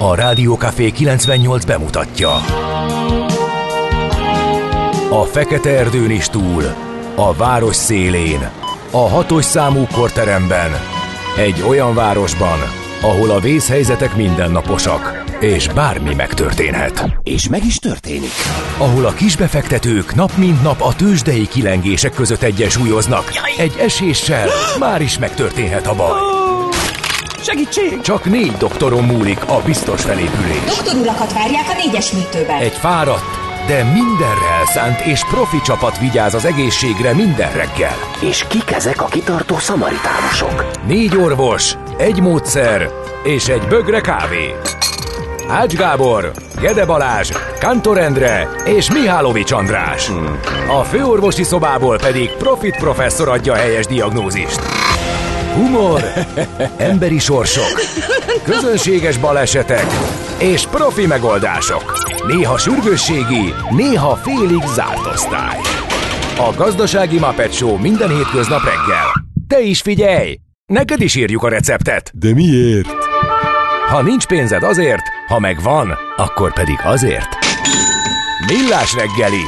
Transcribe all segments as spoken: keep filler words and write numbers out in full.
A Rádió Café kilencvennyolc bemutatja. A fekete erdőn is túl, a város szélén, a hatos számú korteremben, egy olyan városban, ahol a vészhelyzetek mindennaposak, és bármi megtörténhet. És meg is történik. Ahol a kisbefektetők nap mint nap a tőzsdei kilengések között egyensúlyoznak. Egy eséssel már is megtörténhet a baj. Segítség! Csak négy doktoron múlik a biztos felépülés. Doktor urakat várják a négyes műtőben. Egy fáradt, de mindenre elszánt és profi csapat vigyáz az egészségre minden reggel. És kik ezek a kitartó szamaritánusok? Négy orvos, egy módszer és egy bögre kávé. Ács Gábor, Gede Balázs, Kántor Endre és Mihálovics András. Hmm. A főorvosi szobából pedig Profit professzor adja a helyes diagnózist. Humor, emberi sorsok, közönséges balesetek és profi megoldások. Néha sürgősségi, néha félig zárt osztály. A Gazdasági Muppet Show minden hétköznap reggel. Te is figyelj! Neked is írjuk a receptet. De miért? Ha nincs pénzed azért, ha megvan, akkor pedig azért. Millás reggeli.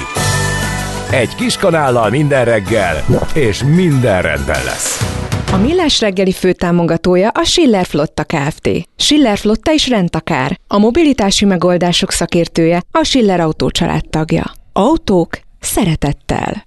Egy kis kanállal minden reggel, és minden rendben lesz. A Millás reggeli főtámogatója a Schiller Flotta Kft. Schiller Flotta és rendtakár. A mobilitási megoldások szakértője, a Schiller Autó család tagja. Autók szeretettel.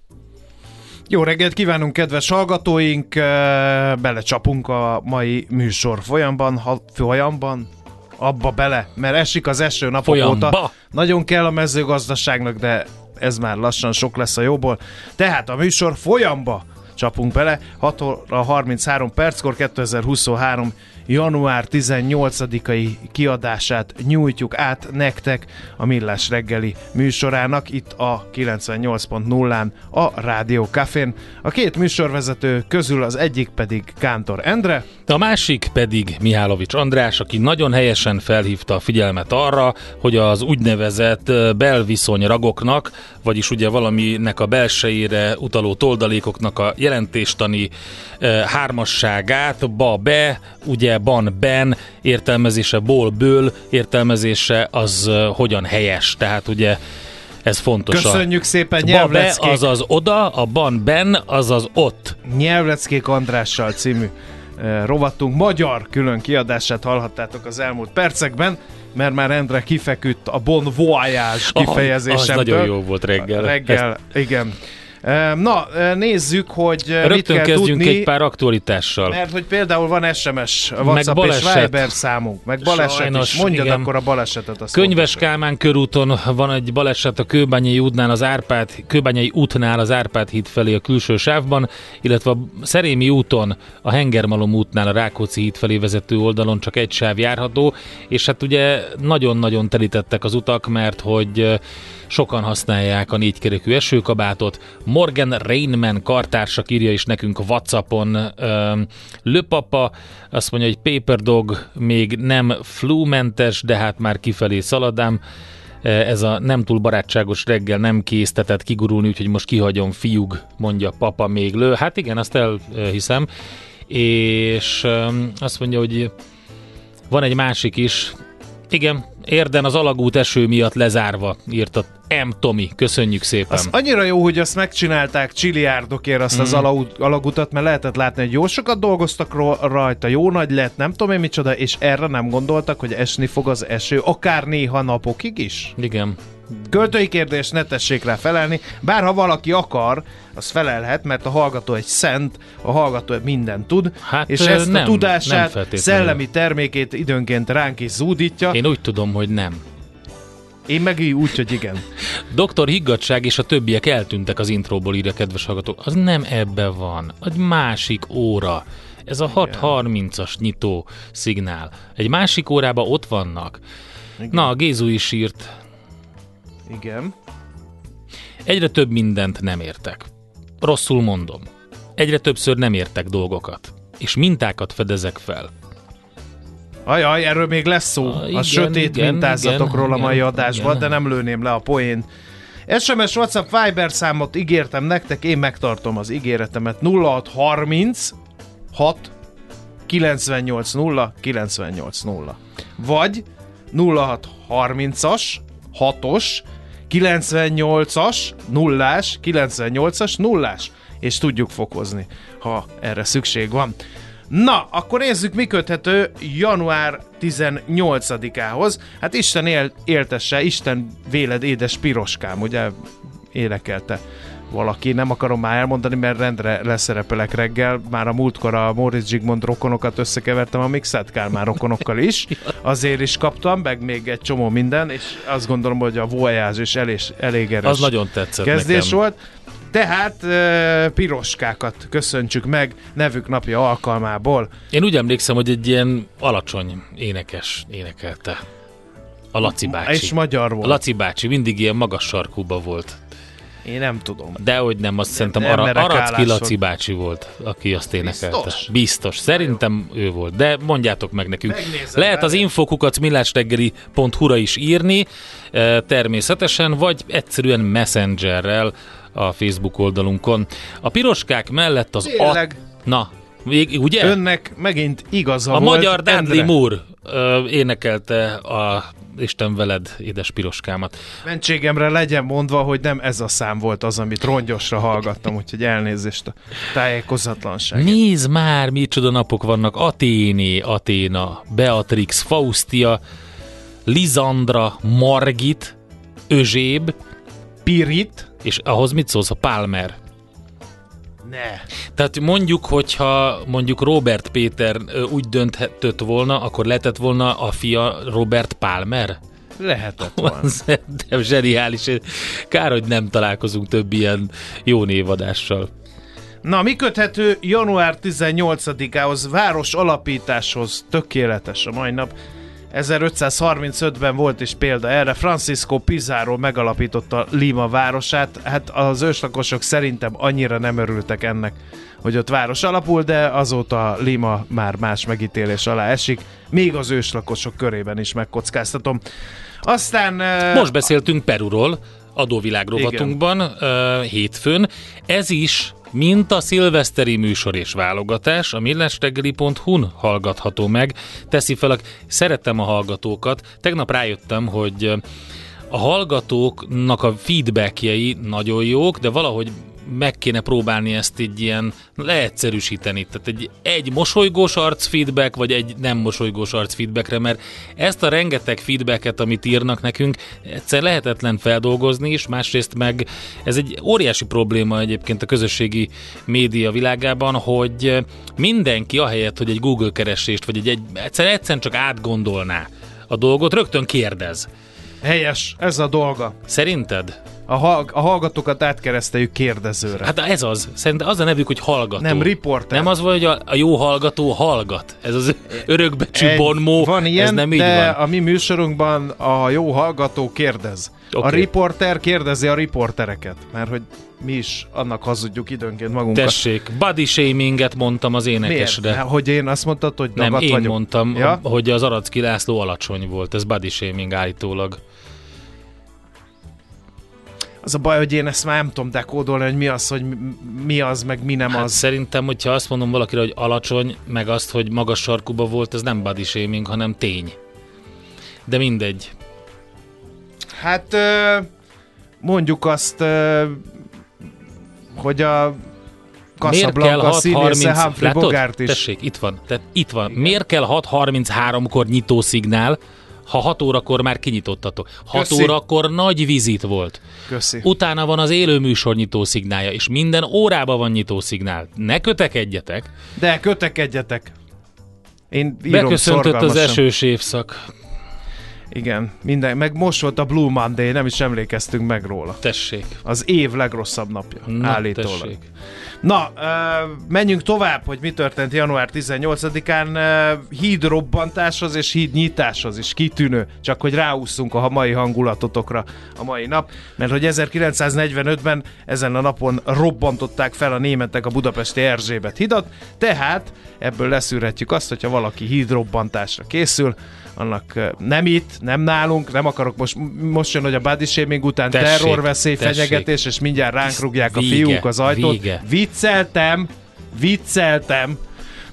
Jó reggelt kívánunk, kedves hallgatóink! Belecsapunk a mai műsor folyamban, ha, folyamban, abba bele, mert esik az eső napok Folyamba. óta. Nagyon kell a mezőgazdaságnak, de ez már lassan sok lesz a jóból. Tehát a műsor folyamba csapunk bele. hat óra harminchárom perckor kétezer-huszonhárom. január tizennyolcadikai kiadását nyújtjuk át nektek a Millás reggeli műsorának itt a kilencvennyolc pont nullán a Rádió Cafén. A két műsorvezető közül az egyik pedig Kántor Endre, a másik pedig Mihálovics András, aki nagyon helyesen felhívta a figyelmet arra, hogy az úgynevezett belviszonyragoknak, vagyis ugye valaminek a belsejére utaló toldalékoknak a jelentéstani e, hármasságát, ba be, ugye ban ben értelmezése, ból ből értelmezése az e, hogyan helyes, tehát ugye ez fontos. Köszönjük szépen, a nyelvleckék! Ba be, azaz oda, a ban ben, azaz ott. Nyelvleckék Andrással című rovatunk magyar külön kiadását hallhattátok az elmúlt percekben, mert már Endre kifeküdt a bon voyage kifejezésemből. Az nagyon jó volt reggel. Reggel, igen. Na, nézzük, hogy Rögtön mit kell kezdjünk tudni, egy pár aktualitással. mert hogy például van es em es, WhatsApp és Viber számunk, meg baleset Sajnos, is. Mondjad igen. akkor a balesetet. Azt Könyves mondtad. Kálmán körúton van egy baleset a Kőbányai útnál az Árpád, Kőbányai útnál az Árpád híd felé a külső sávban, illetve a Szerémi úton a Hengermalom útnál a Rákóczi híd felé vezető oldalon csak egy sáv járható, és hát ugye nagyon-nagyon telítettek az utak, mert hogy sokan használják a négykerekű esőkabátot. Morgan Rainman kartársak írja is nekünk WhatsAppon. Löpapa azt mondja, hogy Paper Dog még nem flúmentes, de hát már kifelé szaladám. Ez a nem túl barátságos reggel nem késztetett kigurulni, úgyhogy most kihagyom, fiúg, mondja papa még lő. Hát igen, azt elhiszem. És azt mondja, hogy van egy másik is. Igen, Érden az alagút eső miatt lezárva, írta M. Tomi. Köszönjük szépen. Az annyira jó, hogy azt megcsinálták csiliárdokért azt mm. az alagút, alagutat, mert lehetett látni, hogy jó sokat dolgoztak rajta, jó nagy lett, nem tudom én micsoda, és erre nem gondoltak, hogy esni fog az eső, akár néha napokig is? Igen. Költői kérdés, ne tessék rá felelni, bár ha valaki akar, az felelhet, mert a hallgató egy szent, a hallgató mindent tud, hát, és ezt nem, a tudását, nem szellemi termékét időnként ránk is zúdítja. Én úgy tudom, hogy nem. Én meg úgy, hogy igen. doktor Higgadság és a többiek eltűntek az intróból, írja kedves hallgatók. Az nem ebbe van. Egy másik óra. Ez a hat harmincas nyitó szignál. Egy másik órában ott vannak. Igen. Na, a Gézu is írt. Igen. Egyre több mindent nem értek. Rosszul mondom. Egyre többször nem értek dolgokat. És mintákat fedezek fel. Ajaj, erről még lesz szó. A, a igen, sötét igen, mintázatokról igen, a mai igen, adásban, igen. de nem lőném le a poén. es em es, WhatsApp, Viber számot ígértem nektek, én megtartom az ígéretemet. nulla hat harminc hat kilencvennyolc nulla kilencvennyolc nulla. Vagy nulla hat harmincas, hatos, kilencvennyolcas, nullás, kilencvennyolcas, nullás, és tudjuk fokozni, ha erre szükség van. Na, akkor nézzük, mi köthető január tizennyolcadikához. Hát Isten él, éltesse, Isten véled, édes piroskám, ugye énekelte valaki, nem akarom már elmondani, mert rendre leszerepelek reggel. Már a múltkor a Móricz Zsigmond rokonokat összekevertem a Mixed Kálmán rokonokkal is. Azért is kaptam, meg még egy csomó minden, és azt gondolom, hogy a Voyage is elég, elég erős az nagyon tetszett kezdés nekem. volt. Tehát e, piroskákat köszöntsük meg nevük napja alkalmából. Én úgy emlékszem, hogy egy ilyen alacsony énekes énekelte. A Laci bácsi. És magyar volt. A Laci bácsi mindig ilyen magas sarkúba volt. Én nem tudom. Dehogy nem, azt nem, szerintem Ara, Aracki Laci bácsi volt, aki azt énekelte. Biztos? Biztos. Szerintem ő volt. De mondjátok meg nekünk. Megnézem, Lehet az infokukat millásreggeli pont hu-ra is írni, természetesen, vagy egyszerűen messengerrel a Facebook oldalunkon. A piroskák mellett az... Tényleg? A... Na, vég, ugye? Önnek megint igaza a volt. magyar Dudley Endre. Moore ö, énekelte a Isten veled, édes piroskámat. Mentségemre legyen mondva, hogy nem ez a szám volt az, amit rongyosra hallgattam, úgyhogy elnézést a tájékozatlanság. Nézd már, micsoda napok vannak. Athéné, Athéna, Beatrix, Faustia, Lizandra, Margit, Özséb, Pirit. és ahhoz mit szólsz? A Palmer. Ne. Tehát mondjuk, hogyha mondjuk Robert Péter ö, úgy dönthetett volna, akkor lehetett volna a fia Robert Palmer? Lehetett volna. De zseniális. Kár, hogy nem találkozunk több ilyen jó névadással. Na, mi köthető január tizennyolcadikához, város alapításhoz? Tökéletes a mai nap. ezerötszázharmincötben volt is példa erre. Francisco Pizarro megalapította Lima városát. Hát az őslakosok szerintem annyira nem örültek ennek, hogy ott város alapul, de azóta Lima már más megítélés alá esik. Még az őslakosok körében is megkockáztatom. Aztán... Most beszéltünk Peruról, adóvilág rovatunkban uh, hétfőn. Ez is, mint a szilveszteri műsor és válogatás, a millásreggeli pont hu-n hallgatható meg. Teszi fel, a... szeretem a hallgatókat. Tegnap rájöttem, hogy a hallgatóknak a feedbackjei nagyon jók, de valahogy meg kéne próbálni ezt egy ilyen leegyszerűsíteni. Tehát egy, egy mosolygós arc feedback, vagy egy nem mosolygós arc feedbackre, mert ezt a rengeteg feedbacket, amit írnak nekünk, egyszer lehetetlen feldolgozni is, másrészt meg ez egy óriási probléma egyébként a közösségi média világában, hogy mindenki ahelyett, hogy egy Google keresést, vagy egy, egy egyszer, egyszerűen csak átgondolná a dolgot, rögtön kérdez. Helyes, ez a dolga. Szerinted? A, hall- a hallgatókat átkereszteljük kérdezőre. Hát ez az. Szerintem az a nevük, hogy hallgató. Nem riporter. Nem az, hogy a, a jó hallgató hallgat. Ez az örökbecsű Egy- bonmó. Van ilyen, ez nem így de van. a mi műsorunkban a jó hallgató kérdez. Okay. A riporter kérdezi a riportereket, mert hogy mi is annak hazudjuk időnként magunkat. Tessék, body shaminget mondtam az énekesre. Miért? Hogy én azt mondtad, hogy Nem, dagat én vagyok? mondtam, Ja? hogy az Aracki László alacsony volt. Ez body shaming állítólag. Az a baj, hogy én ezt már nem tudom dekódolni, hogy mi az, hogy mi az, meg mi nem Hát az. szerintem, hogyha azt mondom valakire, hogy alacsony, meg azt, hogy magas sarkúba volt, ez nem body shaming, hanem tény. De mindegy. Hát ö, mondjuk azt, ö, hogy a Casablanca színésze Humphrey Bogart is. Tessék, itt van. Tehát itt van. Igen. Miért kell hat harmincháromkor nyitószignál, ha hat órakor már kinyitottatok? hat Köszi. órakor nagy vizit volt. Köszi. Utána van az élőműsor nyitószignálja, és minden órában van nyitószignál. Ne kötekedjetek. De kötekedjetek. Én írom Beköszöntött az szorgalmasan. esős évszak. Igen, minden. Meg most volt a Blue Monday, nem is emlékeztünk meg róla. Tessék. Az év legrosszabb napja, Na, állítólag. tessék. Na, uh, menjünk tovább, hogy mi történt január tizennyolcadikán. Uh, hídrobbantáshoz és hídnyitáshoz is kitűnő, csak hogy ráússzunk a mai hangulatotokra a mai nap, mert hogy ezerkilencszáznegyvenötben ezen a napon robbantották fel a németek a budapesti Erzsébet hidat, tehát ebből leszűrhetjük azt, hogyha valaki hídrobbantásra készül, annak nem itt, nem nálunk, nem akarok most, most jön, hogy a body shaming után Tessék, terrorveszély, tessék. fenyegetés, és mindjárt ránk rúgják a Vége, fiúk az ajtót. vége. Vicceltem, vicceltem.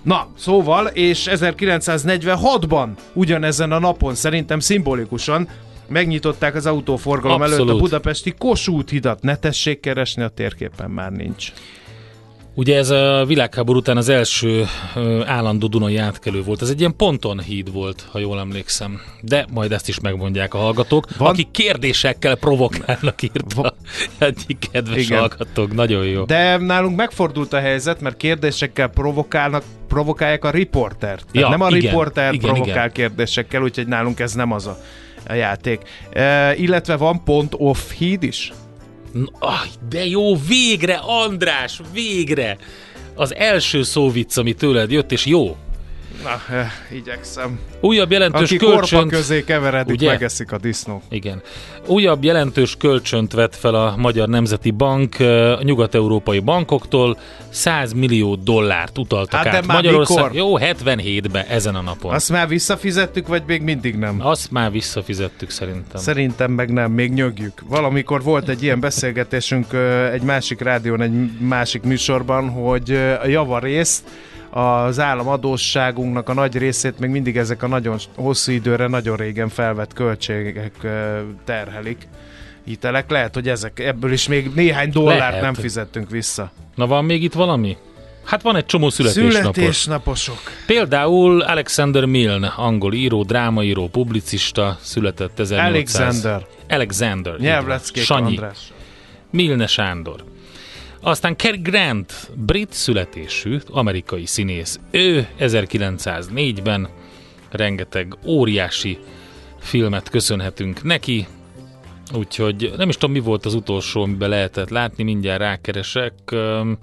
Na, szóval, és ezerkilencszáznegyvenhatban ugyanezen a napon, szerintem szimbolikusan, megnyitották az autóforgalom Abszolút. előtt a budapesti Kossuth hidat. Ne tessék keresni, a térképen már nincs. Ugye ez a világháború után az első ö, állandó Dunai átkelő volt. Ez egy ilyen ponton híd volt, ha jól emlékszem. De majd ezt is megmondják a hallgatók, Van? akik kérdésekkel provokálnak, írta egyik kedves Igen. hallgatók. Nagyon jó. De nálunk megfordult a helyzet, mert kérdésekkel provokálnak, provokálják a riportert. Ja, nem a igen, riporter igen, provokál igen. kérdésekkel, úgyhogy nálunk ez nem az a, a játék. E, illetve van pont off híd is. Ah, de jó, végre, András, végre! Az első szóvicc, ami tőled jött, és jó. Na, eh, igyekszem. Újabb jelentős Aki korpa kölcsönt... közé keveredik, Ugye? megeszik a disznók. Igen. Újabb jelentős kölcsönt vett fel a Magyar Nemzeti Bank a nyugat-európai bankoktól, száz millió dollárt utaltak Hát de át már Magyarország. mikor? Jó, hetvenhétben ezen a napon. Azt már visszafizettük, vagy még mindig nem? Azt már visszafizettük szerintem. Szerintem meg nem, még nyögjük. Valamikor volt egy ilyen beszélgetésünk ö, egy másik rádión, egy másik műsorban, hogy ö, a javarészt, az államadósságunknak a nagy részét még mindig ezek a nagyon hosszú időre, nagyon régen felvett költségek ö, terhelik. Hitelek. Lehet, hogy ezek, ebből is még néhány dollárt Lehet. nem fizettünk vissza. Na van még itt valami? Hát van egy csomó születésnapos. Születésnaposok. Például Alexander Milne, angol író, drámaíró, publicista, született ezernyolcszáz... Alexander. Alexander. Nyelvleckék, Sanyi. András. Milne Sándor. Aztán Cary Grant, brit születésű, amerikai színész. Ő ezerkilencszáznégyben rengeteg óriási filmet köszönhetünk neki, úgyhogy nem is tudom, mi volt az utolsó, amiben lehetett látni, mindjárt rákeresek. Üm,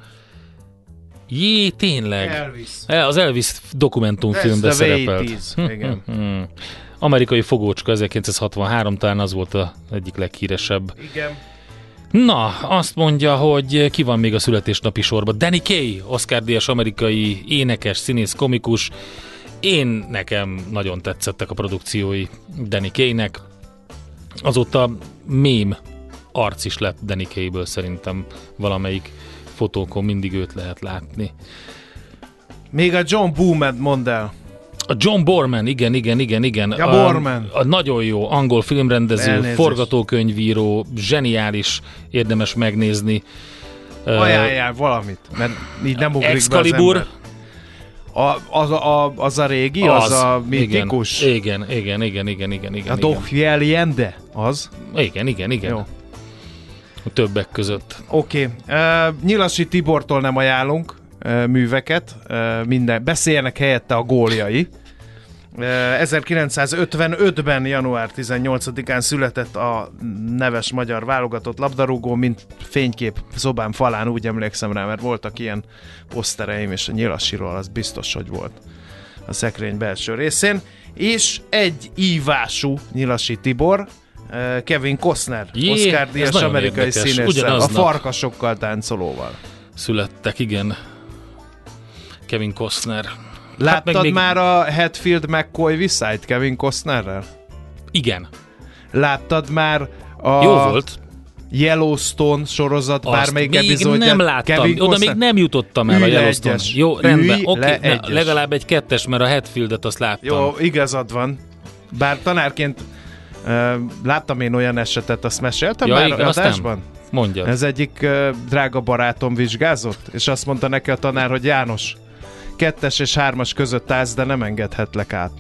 Jé, tényleg. Elvis. Az Elvis dokumentumfilmben That's the way it szerepelt. is. Igen. Hmm. Amerikai fogócska ezerkilencszázhatvanhárom, talán az volt az egyik leghíresebb. Igen. Na, azt mondja, hogy ki van még a születésnapi sorban. Danny Kaye, Oscar-díjas amerikai énekes, színész, komikus. Én nekem nagyon tetszettek a produkciói Danny Kaye-nek. Azóta mém arc is lett Danny Kaye-ből, szerintem valamelyik fotókon mindig őt lehet látni. Még a John Boomet mondd el. A John Borman, igen, igen, igen, igen. Ja, a, Borman. a nagyon jó angol filmrendező, Elnézést. forgatókönyvíró, zseniális, érdemes megnézni. Ajánljál valamit, mert így nem ugrik Excalibur. be az ember. A, az, a, az a régi, az, az a mitikus. Igen, igen, igen, igen, igen, igen. A Dohjel Jende, az? Igen, igen, igen. Jó. Többek között. Oké. Okay. Uh, Nyilasi Tibortól nem ajánlunk uh, műveket, uh, minden. Beszéljenek helyette a góljai. Uh, ezerkilencszázötvenötben január tizennyolcadikán született a neves magyar válogatott labdarúgó, mint fénykép szobám falán, úgy emlékszem rá, mert voltak ilyen posztereim, és a Nyilasiról az biztos, hogy volt a szekrény belső részén. És egy ívású Nyilasi Tibor, uh, Kevin Costner, Jé, Oscar-díjas ez nagyon amerikai érdekes. színésszel, a Ugyanaznap. farkasokkal táncolóval. Születtek, igen. Kevin Costner. Láttad Hát még... már a Hatfield McCoy viszályt Kevin Costnerrel? Igen. Láttad már a Jó volt. Yellowstone sorozat Azt bármelyik még epizódját? nem láttam. Kevin Oda Costner? még nem jutottam el Ülj a le Yellowstone. egyes. Jó, rendben. Ülj Oké, le okay, egyes. legalább egy kettes, mert a Hatfieldet azt láttam. Jó, igazad van. Bár tanárként uh, láttam én olyan esetet, azt meséltem Ja, már igen, azt adásban? nem. Mondjad. Ez egyik uh, drága barátom vizsgázott, és azt mondta neki a tanár, hogy János, kettes és hármas között állsz, de nem engedhetlek át.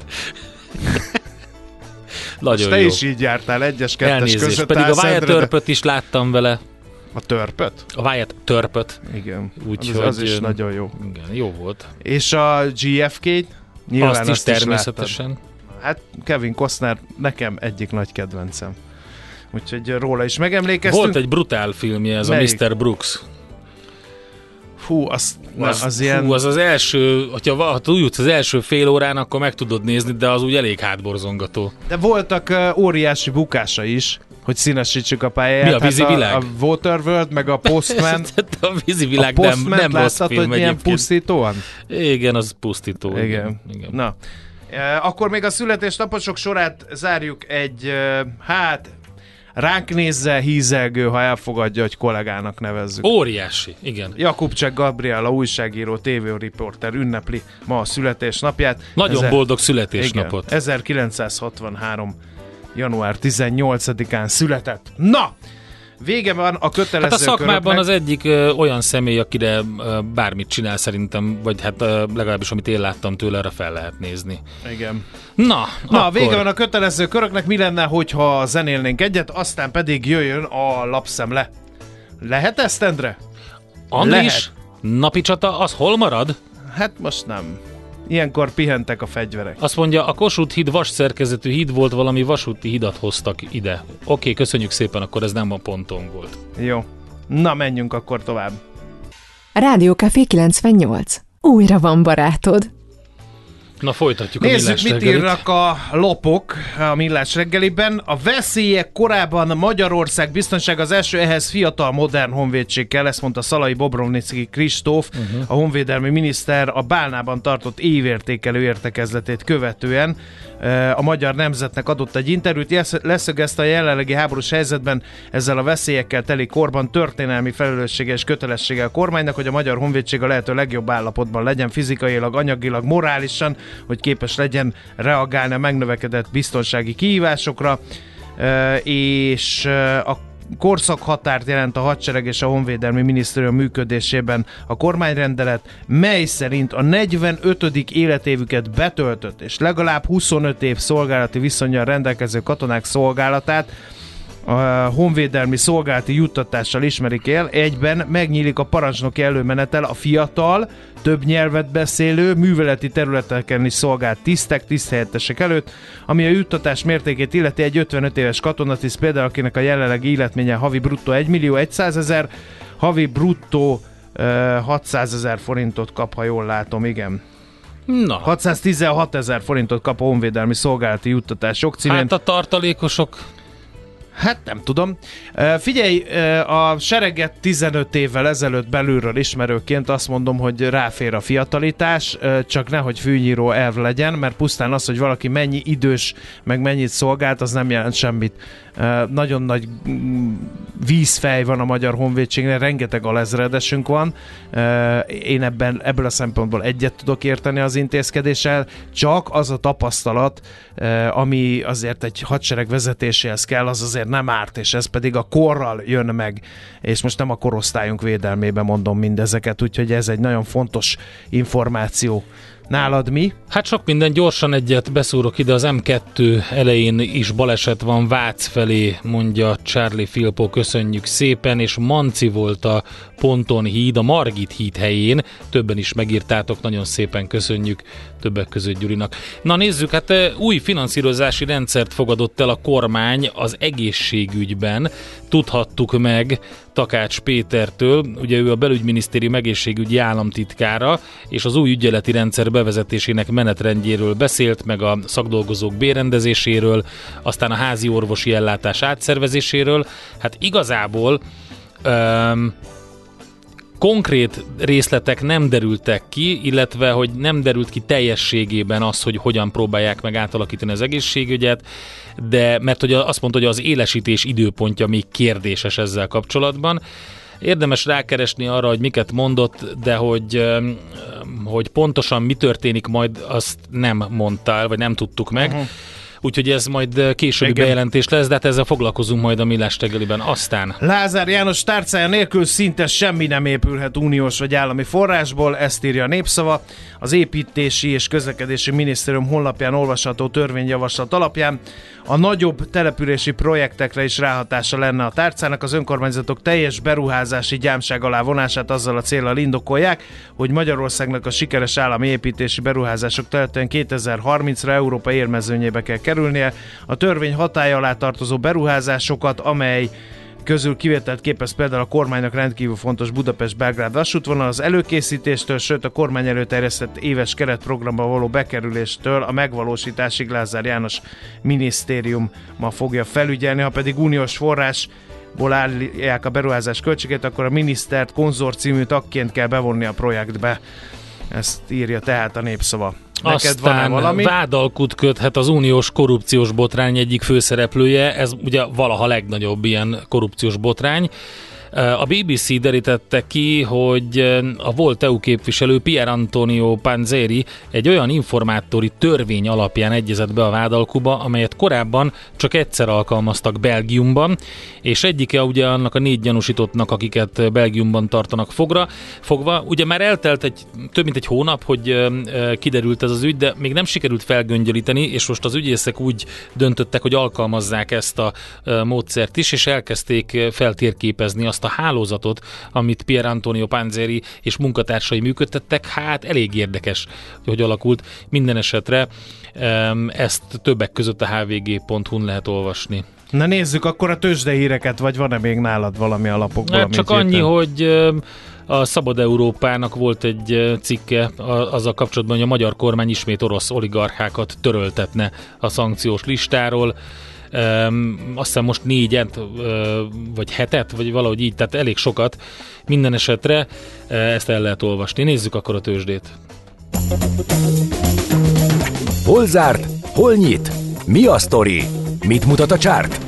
Nagyon És te jó. is így jártál, egyes, kettes Elnézést. között Pedig a állsz, Wyatt Endre, de- Earpöt is láttam vele. A törpöt? A Wyatt Earpöt. Igen, Úgyhogy az, az is nagyon jó. Igen, jó volt. És a gé ef ká nyilván Azt azt, is azt is természetesen. láttad. Hát Kevin Costner nekem egyik nagy kedvencem. Úgyhogy róla is megemlékeztünk. Volt egy brutál filmje, ez Melyik? a mister Brooks. Fú, az, na, Az, az hú, ilyen... az az első, hogyha va- ha túl jutsz az első fél órán, akkor meg tudod nézni, de az úgy elég hátborzongató. De voltak uh, óriási bukása is, hogy színesítsük a pályáját. Mi a vízi hát világ? A, a Waterworld, meg a Postman. a vízi világ a nem, Postman nem rossz láttad, film hogy milyen egyébként. pusztítóan? Igen, az pusztító. Igen. Igen. Igen. Na, e, akkor még a születésnaposok sorát zárjuk egy, e, hát ránk nézze, hízelgő, ha elfogadja, hogy kollégának nevezzük. Óriási, igen. Jakubcsek Gabriella újságíró, tévériporter ünnepli ma a születésnapját. Nagyon Ezer... boldog születésnapot. Igen, ezerkilencszázhatvanhárom. január tizennyolcadikán született. Na! Vége van a kötelező Hát a szakmában köröknek. az egyik ö, olyan személy, akire ö, bármit csinál szerintem, vagy hát ö, legalábbis amit én láttam tőle, arra fel lehet nézni. Igen. Na, Na, akkor... vége van a kötelező köröknek, mi lenne, hogyha zenélnénk egyet, aztán pedig jöjjön a lapszemle. Lehet ezt, Endre? Andris, Lehet. napi csata, az hol marad? Hát most nem. Ilyenkor pihentek a fegyverek. Azt mondja, a Kossuth híd vasszerkezetű híd volt, valami vasúti hidat hoztak ide. Oké, köszönjük szépen, akkor ez nem a ponton volt. Jó. Na, menjünk akkor tovább. Rádió Café kilencvennyolc. Újra van barátod. Na, folytatjuk Nézzük, a millás mit reggelit. írnak a lopok a millás reggeliben. A veszélyek korában Magyarország biztonság az első, ehhez fiatal, modern honvédség kell, ezt mondta Szalai Bobrovnicki Kristóf, uh-huh. a honvédelmi miniszter a Bálnában tartott évértékelő értekezletét követően. A Magyar Nemzetnek adott egy interjút, leszögezte, a jelenlegi háborús helyzetben ezzel a veszélyekkel teli korban történelmi felelőssége és kötelessége a kormánynak, hogy a magyar honvédség a lehető legjobb állapotban legyen fizikailag, anyagilag, morálisan, hogy képes legyen reagálni a megnövekedett biztonsági kihívásokra, és a korszakhatárt jelent a hadsereg és a honvédelmi minisztérium működésében a kormányrendelet, mely szerint a negyvenötödik életévüket betöltött és legalább huszonöt év szolgálati viszonnyal rendelkező katonák szolgálatát a honvédelmi szolgálati juttatással ismerik el, egyben megnyílik a parancsnoki előmenetel a fiatal, több nyelvet beszélő, műveleti területeken is szolgált tisztek, tiszthelyettesek előtt, ami a juttatás mértékét illeti egy ötvenöt éves katonatiszt, például akinek a jelenlegi életménye havi bruttó egymillió-százezer, havi bruttó uh, hatszázezer forintot kap, ha jól látom, igen. Na. hatszáztizenhatezer forintot kap a honvédelmi szolgálati juttatás jogcímén. Hát a tartalékosok... Hát nem tudom. Figyelj, a sereget tizenöt évvel ezelőtt belülről ismerőként azt mondom, hogy ráfér a fiatalitás, csak nehogy fűnyíró elv legyen, mert pusztán az, hogy valaki mennyi idős, meg mennyit szolgált, az nem jelent semmit. Nagyon nagy vízfej van a magyar honvédségnél, rengeteg alezredesünk van. Én ebben, ebből a szempontból egyet tudok érteni az intézkedéssel, csak az a tapasztalat, ami azért egy hadsereg vezetéséhez kell, az azért nem árt, és ez pedig a korral jön meg, és most nem a korosztályunk védelmében mondom mindezeket, úgyhogy ez egy nagyon fontos információ. Nálad mi? Hát sok minden, gyorsan egyet beszúrok ide, az em kettő elején is baleset van Vác felé, mondja Charlie Filpo, köszönjük szépen, és Manci volt a Ponton híd, a Margit híd helyén, többen is megírtátok, nagyon szépen köszönjük, többek között Gyurinak. Na nézzük, hát új finanszírozási rendszert fogadott el a kormány az egészségügyben, tudhattuk meg Takács Pétertől, ugye ő a belügyminisztérium egészségügyi államtitkára, és az új ügyeleti rendszer bevezetésének menetrendjéről beszélt, meg a szakdolgozók bérrendezéséről, aztán a házi orvosi ellátás átszervezéséről. Hát igazából öm, konkrét részletek nem derültek ki, illetve hogy nem derült ki teljességében az, hogy hogyan próbálják meg átalakítani az egészségügyet, de mert hogy azt mondta, hogy az élesítés időpontja még kérdéses ezzel kapcsolatban. Érdemes rákeresni arra, hogy miket mondott, de hogy, hogy pontosan mi történik majd, azt nem mondta, vagy nem tudtuk meg. Uh-huh. Úgyhogy ez majd későbbi igen. bejelentés lesz, de hát ezzel foglalkozunk majd a millás reggeliben. Aztán... Lázár János tárcája nélkül szinte semmi nem épülhet uniós vagy állami forrásból, ezt írja a Népszava. Az építési és közlekedési minisztérium honlapján olvasható törvényjavaslat alapján a nagyobb települési projektekre is ráhatása lenne a tárcának. Az önkormányzatok teljes beruházási gyámság alá vonását azzal a céllal indokolják, hogy Magyarországnak a sikeres állami építési beruházások területén kétezer-harmincra Európa élmezőnyébe kell kerülnie. A törvény hatálya alá tartozó beruházásokat, amely közül kivételt képez például a kormánynak rendkívül fontos Budapest-Belgrád vasútvonal, az előkészítéstől, sőt a kormány előterjesztett éves keretprogramba való bekerüléstől a megvalósításig Lázár János minisztérium ma fogja felügyelni, ha pedig uniós forrásból állják a beruházás költségét, akkor a minisztert konzorciumi tagként kell bevonni a projektbe. Ezt írja tehát a Népszava. Neked van-e Aztán valami? vádalkut köthet az uniós korrupciós botrány egyik főszereplője, ez ugye valaha legnagyobb ilyen korrupciós botrány. A bé bé cé derítette ki, hogy a volt é u képviselő Pier Antonio Panzeri egy olyan informátori törvény alapján egyezett be a vádalkuba, amelyet korábban csak egyszer alkalmaztak Belgiumban, és egyike ugye annak a négy gyanúsítottnak, akiket Belgiumban tartanak fogra, fogva. Ugye már eltelt egy, több mint egy hónap, hogy kiderült ez az ügy, de még nem sikerült felgöngyölíteni, és most az ügyészek úgy döntöttek, hogy alkalmazzák ezt a módszert is, és elkezdték feltérképezni azt a hálózatot, amit Pier Antonio Panzeri és munkatársai működtettek. Hát elég érdekes, hogy alakult. Minden esetre ezt többek között a há vé gé pont hu-n lehet olvasni. Na nézzük akkor a tőzsdei híreket, vagy van-e még nálad valami alapokból? Hát csak annyi, hirtelen, hogy a Szabad Európának volt egy cikke azzal kapcsolatban, hogy a magyar kormány ismét orosz oligarchákat töröltetne a szankciós listáról. Um, azt hiszem most négyet, uh, vagy hetet, vagy valahogy így, tehát elég sokat. Minden esetre uh, ezt el lehet olvasni. Nézzük akkor a tőzsdét. Hol zárt? Hol nyit? Mi a sztori? Mit mutat a csárt?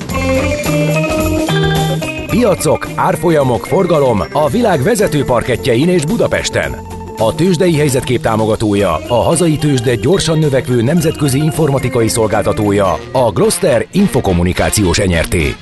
Piacok, árfolyamok, forgalom a világ vezető parkettjein és Budapesten. A tőzsdei helyzetkép támogatója, a hazai tőzsde gyorsan növekvő nemzetközi informatikai szolgáltatója, a Gloster Infokommunikációs Enyerté.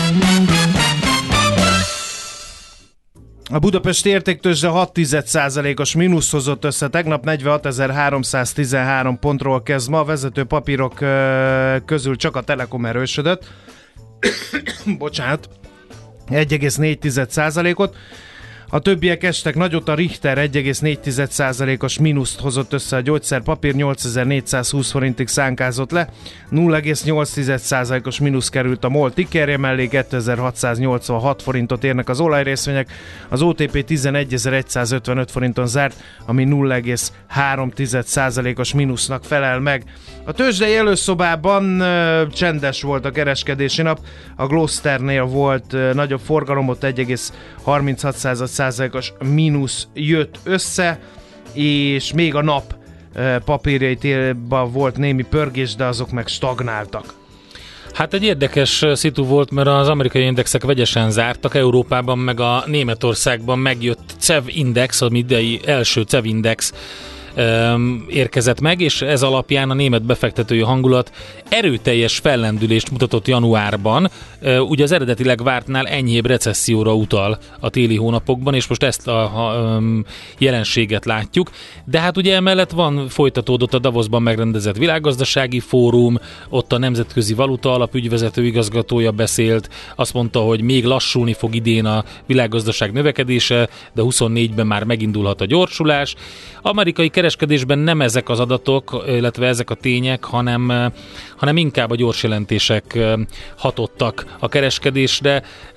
A budapesti értéktőzsde hat egész egy százalékos mínusz hozott össze, tegnap negyvenhatezer-háromszáztizenhárom pontról kezd ma, a vezető papírok közül csak a Telekom erősödött. Bocsánat, egy egész négy százalékot. A többiek estek nagyot, a Richter egy egész négy százalékos mínuszt hozott össze, a gyógyszerpapír nyolcezer-négyszázhúsz forintig szánkázott le, nulla egész nyolc százalékos mínusz került a MOL tickerje mellé, kétezer-hatszáznyolcvanhat forintot érnek az olajrészvények, az o té pé tizenegyezer-egyszázötvenöt forinton zárt, ami nulla egész három százalékos mínusznak felel meg. A tőzsdei előszobában ö, csendes volt a kereskedési nap, a Glosternél volt ö, nagyobb forgalom, ott egy egész harminchat százalékos mínusz jött össze, és még a nap ö, papírjaitében volt némi pörgés, de azok meg stagnáltak. Hát egy érdekes szitu volt, mert az amerikai indexek vegyesen zártak, Európában meg a Németországban megjött cé e vé index, az idei első cé e vé index érkezett meg, és ez alapján a német befektetői hangulat erőteljes fellendülést mutatott januárban, ugye az eredetileg vártnál enyhébb recesszióra utal a téli hónapokban, és most ezt a, a jelenséget látjuk, de hát ugye emellett van, folytatódott a Davosban megrendezett világgazdasági fórum, ott a Nemzetközi Valuta Alap ügyvezető igazgatója beszélt, azt mondta, hogy még lassulni fog idén a világgazdaság növekedése, de huszonnégyben már megindulhat a gyorsulás. Amerikai kereskedésben nem ezek az adatok, illetve ezek a tények, hanem, hanem inkább a gyors jelentések hatottak a kereskedésre.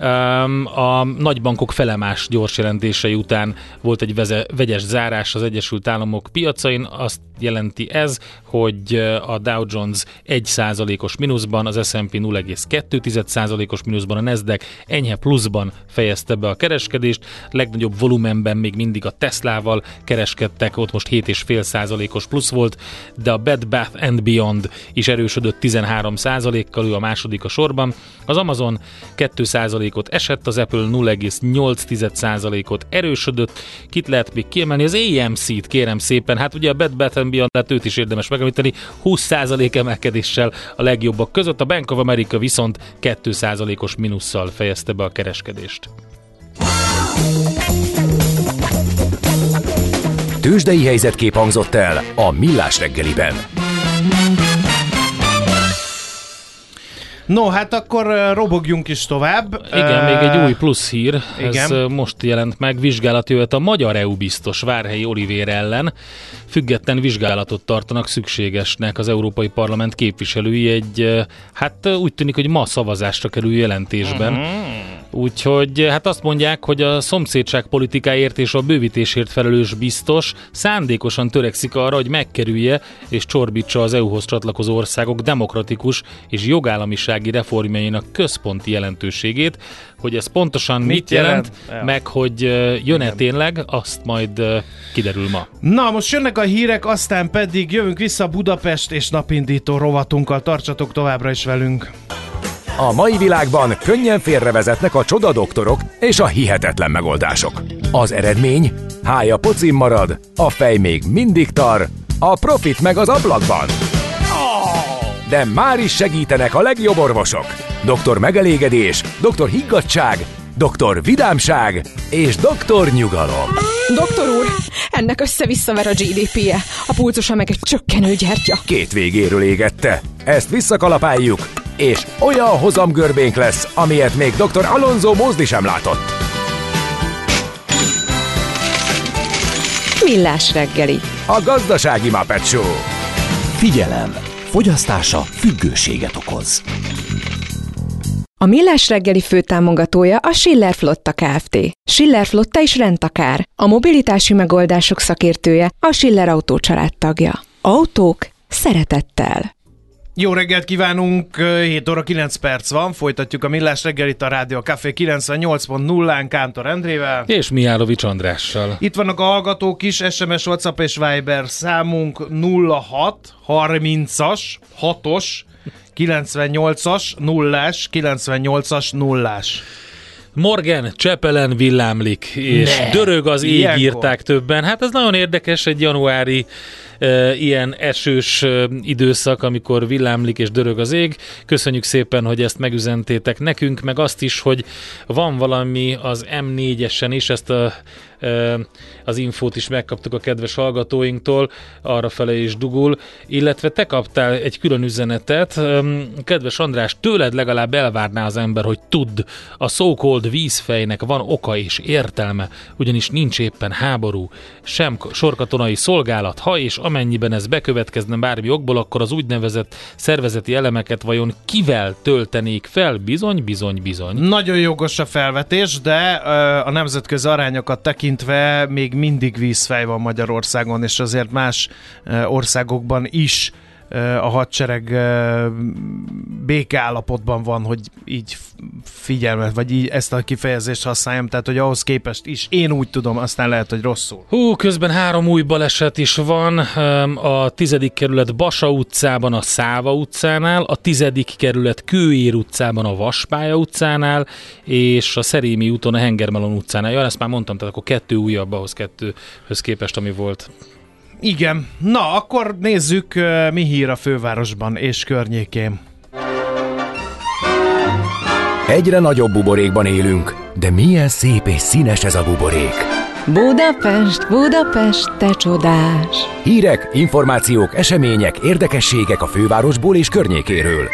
A nagybankok felemás gyors jelentései után volt egy veze, vegyes zárás az Egyesült Államok piacain. Azt jelenti ez, hogy a Dow Jones egy százalékos mínuszban, az es and pé nulla egész kettő százalékos mínuszban, a Nasdaq enyhe pluszban fejezte be a kereskedést. Legnagyobb volumenben még mindig a Teslával kereskedtek, ott most hét egész öt százalékos plusz volt, de a Bed Bath and Beyond is erősödött tizenhárom százalékkal, ő a második a sorban. Az Amazon két százalékot esett, az Apple nulla egész nyolc százalékot erősödött. Kit lehet még kiemelni? Az á em cé-t kérem szépen, hát ugye a Bed Bath and Beyond, hát őt is érdemes megemlíteni, húsz százalék emelkedéssel a legjobbak között, a Bank of America viszont két százalékos mínusszal fejezte be a kereskedést. Tőzsdei helyzetkép hangzott el a Millás reggeliben. No, hát akkor robogjunk is tovább. Igen, uh, még egy új plusz hír. Igen. Ez most jelent meg. Vizsgálat jöhet a magyar é u biztos Várhelyi Olivér ellen. Független vizsgálatot tartanak szükségesnek az Európai Parlament képviselői egy, hát úgy tűnik, hogy ma szavazásra kerül jelentésben. Uh-huh. Úgyhogy hát azt mondják, hogy a szomszédság politikáért és a bővítésért felelős biztos szándékosan törekszik arra, hogy megkerülje és csorbítsa az é u-hoz csatlakozó országok demokratikus és jogállamisági reformjainak központi jelentőségét. Hogy ez pontosan mit, mit jelent, jelent? meg hogy jön-e tényleg, azt majd kiderül ma. Na, most jönnek a hírek, aztán pedig jövünk vissza Budapest és napindító rovatunkkal. Tartsatok továbbra is velünk! A mai világban könnyen félrevezetnek a csodadoktorok és a hihetetlen megoldások. Az eredmény? Hája pocim marad, a fej még mindig tar, a profit meg az ablakban. De már is segítenek a legjobb orvosok. doktor Megelégedés, doktor Higgadtság, doktor Vidámság és doktor Nyugalom. Doktor úr, ennek össze-visszaver a gé dé pé-je, a pulzusa meg egy csökkenő gyertya. Két végéről égette. Ezt visszakalapáljuk, és olyan hozamgörbénk lesz, amilyet még doktor Alonso Mosley sem látott. Millás reggeli. A gazdasági Muppet Show. Figyelem! Fogyasztása függőséget okoz. A Millás reggeli főtámogatója a Schiller Flotta Kft. Schiller Flotta is rendtakár. A mobilitási megoldások szakértője, a Schiller Autó családtagja. Autók szeretettel. Jó reggelt kívánunk, hét óra kilenc perc van, folytatjuk a Millás reggelit a Rádió Café kilencvennyolc pont nullán Kántor Endrével. És Mihálovics Andrással. Itt vannak a hallgatók is, es em es, WhatsApp és Viber számunk nulla hat harmincas hatos kilencvennyolcas nullás kilencvennyolcas nullás. Morgan Csepelen villámlik, és ne, dörög az ég, írták többen. Hát ez nagyon érdekes, egy januári e, ilyen esős e, időszak, amikor villámlik és dörög az ég. Köszönjük szépen, hogy ezt megüzentétek nekünk, meg azt is, hogy van valami az em négyesen is, ezt a, e, az infót is megkaptuk a kedves hallgatóinktól, arrafele is dugul, illetve te kaptál egy külön üzenetet. Kedves András, tőled legalább elvárná az ember, hogy tudd, a so-called vízfejnek van oka és értelme, ugyanis nincs éppen háború, sem sorkatonai szolgálat, ha és amennyiben ez bekövetkezne bármi okból, akkor az úgynevezett szervezeti elemeket vajon kivel töltenék fel? Bizony, bizony, bizony. Nagyon jogos a felvetés, de a nemzetközi arányokat tekintve még mindig vízfej van Magyarországon, és azért más országokban is a hadsereg békeállapotban van, hogy így figyelmet, vagy így ezt a kifejezést használjam, tehát hogy ahhoz képest is én úgy tudom, aztán lehet, hogy rosszul. Hú, közben három új baleset is van, a tizedik kerület Basa utcában, a Száva utcánál, a tizedik kerület Kőér utcában, a Vaspálya utcánál, és a Szerémi úton, a Hengermelon utcánál. Ja, ezt már mondtam, tehát akkor kettő újabb ahhoz kettőhöz képest, ami volt. Igen. Na, akkor nézzük, mi hír a fővárosban és környékén. Egyre nagyobb buborékban élünk, de milyen szép és színes ez a buborék. Budapest, Budapest, te csodás! Hírek, információk, események, érdekességek a fővárosból és környékéről.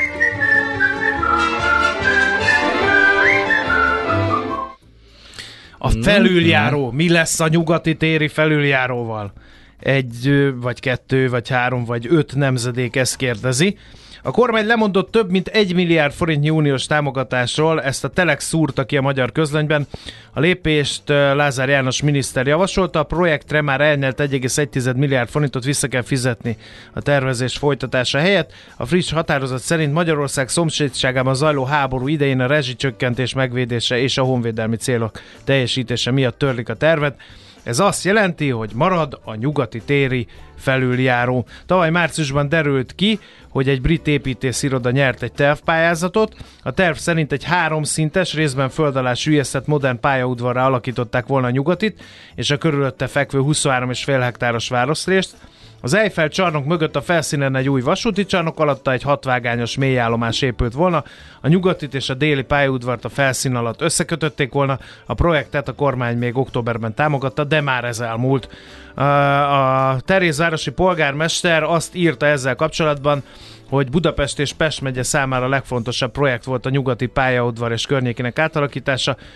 A felüljáró. Mi lesz a nyugati téri felüljáróval? Egy, vagy kettő, vagy három, vagy öt nemzedék ezt kérdezi. A kormány lemondott több mint egy milliárd forintnyi uniós támogatásról, ezt a Telex szúrta ki a magyar közlönyben. A lépést Lázár János miniszter javasolta, a projektre már elnyelt egy egész egy milliárd forintot vissza kell fizetni a tervezés folytatása helyett. A friss határozat szerint Magyarország szomszédságában zajló háború idején a rezsicsökkentés megvédése és a honvédelmi célok teljesítése miatt törlik a tervet. Ez azt jelenti, hogy marad a nyugati téri felüljáró. Tavaly márciusban derült ki, hogy egy brit építésziroda nyert egy tervpályázatot. A terv szerint egy háromszintes, részben föld alá süllyesztett modern pályaudvarra alakították volna a nyugatit, és a körülötte fekvő huszonhárom egész öt hektáros városrészt. Az Eiffel csarnok mögött a felszínen egy új vasúti csarnok, alatta egy hatvágányos mélyállomás épült volna. A nyugatit és a déli pályaudvart a felszín alatt összekötötték volna. A projektet a kormány még októberben támogatta, de már ez elmúlt. A Terézvárosi polgármester azt írta ezzel kapcsolatban, hogy Budapest és Pest megye számára a legfontosabb projekt volt a nyugati pályaudvar és környékének átalakítása.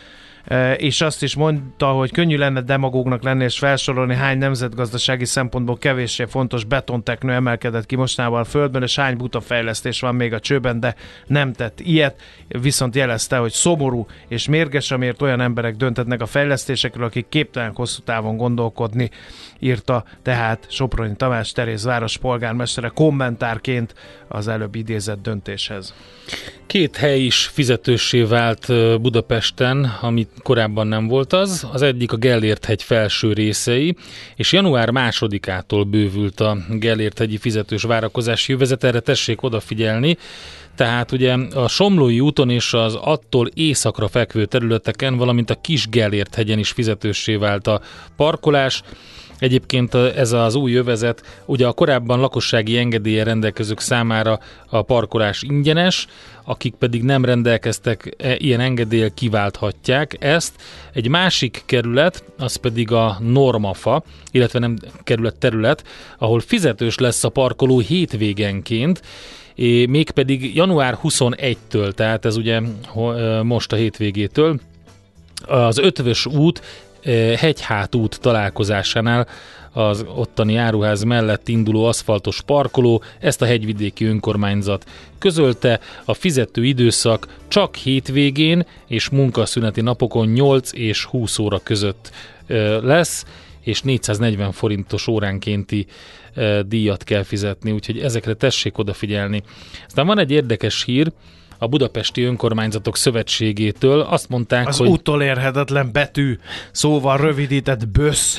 és azt is mondta, hogy könnyű lenne demagógnak lenni és felsorolni, hány nemzetgazdasági szempontból kevéssé fontos betonteknő emelkedett ki mostanában a földben, és hány buta fejlesztés van még a csőben, de nem tett ilyet, viszont jelezte, hogy szomorú és mérges, amiért olyan emberek döntetnek a fejlesztésekről, akik képtelenek hosszú távon gondolkodni, írta tehát Soproni Tamás Terézváros polgármestere kommentárként az előbb idézett döntéshez. Két hely is fizetőssé vált Budapesten, amit korábban nem volt az. Az egyik a Gellért-hegy felső részei, és január másodikától bővült a Gellért-hegyi fizetős várakozási jövezet, erre tessék odafigyelni. Tehát ugye a Somlói úton és az attól északra fekvő területeken, valamint a Kis Gellért-hegyen is fizetőssé vált a parkolás. Egyébként ez az új jövezet, ugye a korábban lakossági engedéllyel rendelkezők számára a parkolás ingyenes, akik pedig nem rendelkeztek ilyen engedéllyel, kiválthatják ezt. Egy másik kerület, az pedig a Normafa, illetve nem kerület, terület, ahol fizetős lesz a parkoló hétvégenként, mégpedig január huszonegyedikétől, tehát ez ugye most a hétvégétől, az Ötvös út Hegyhát út találkozásánál az ottani áruház mellett induló aszfaltos parkoló, ezt a hegyvidéki önkormányzat közölte, a fizető időszak csak hétvégén és munkaszüneti napokon nyolc és húsz óra között lesz, és négyszáznegyven forintos óránkénti díjat kell fizetni, úgyhogy ezekre tessék odafigyelni. Aztán van egy érdekes hír, a Budapesti Önkormányzatok Szövetségétől azt mondták, az hogy... Az utolérhetetlen betű, szóval rövidített BÖSZ.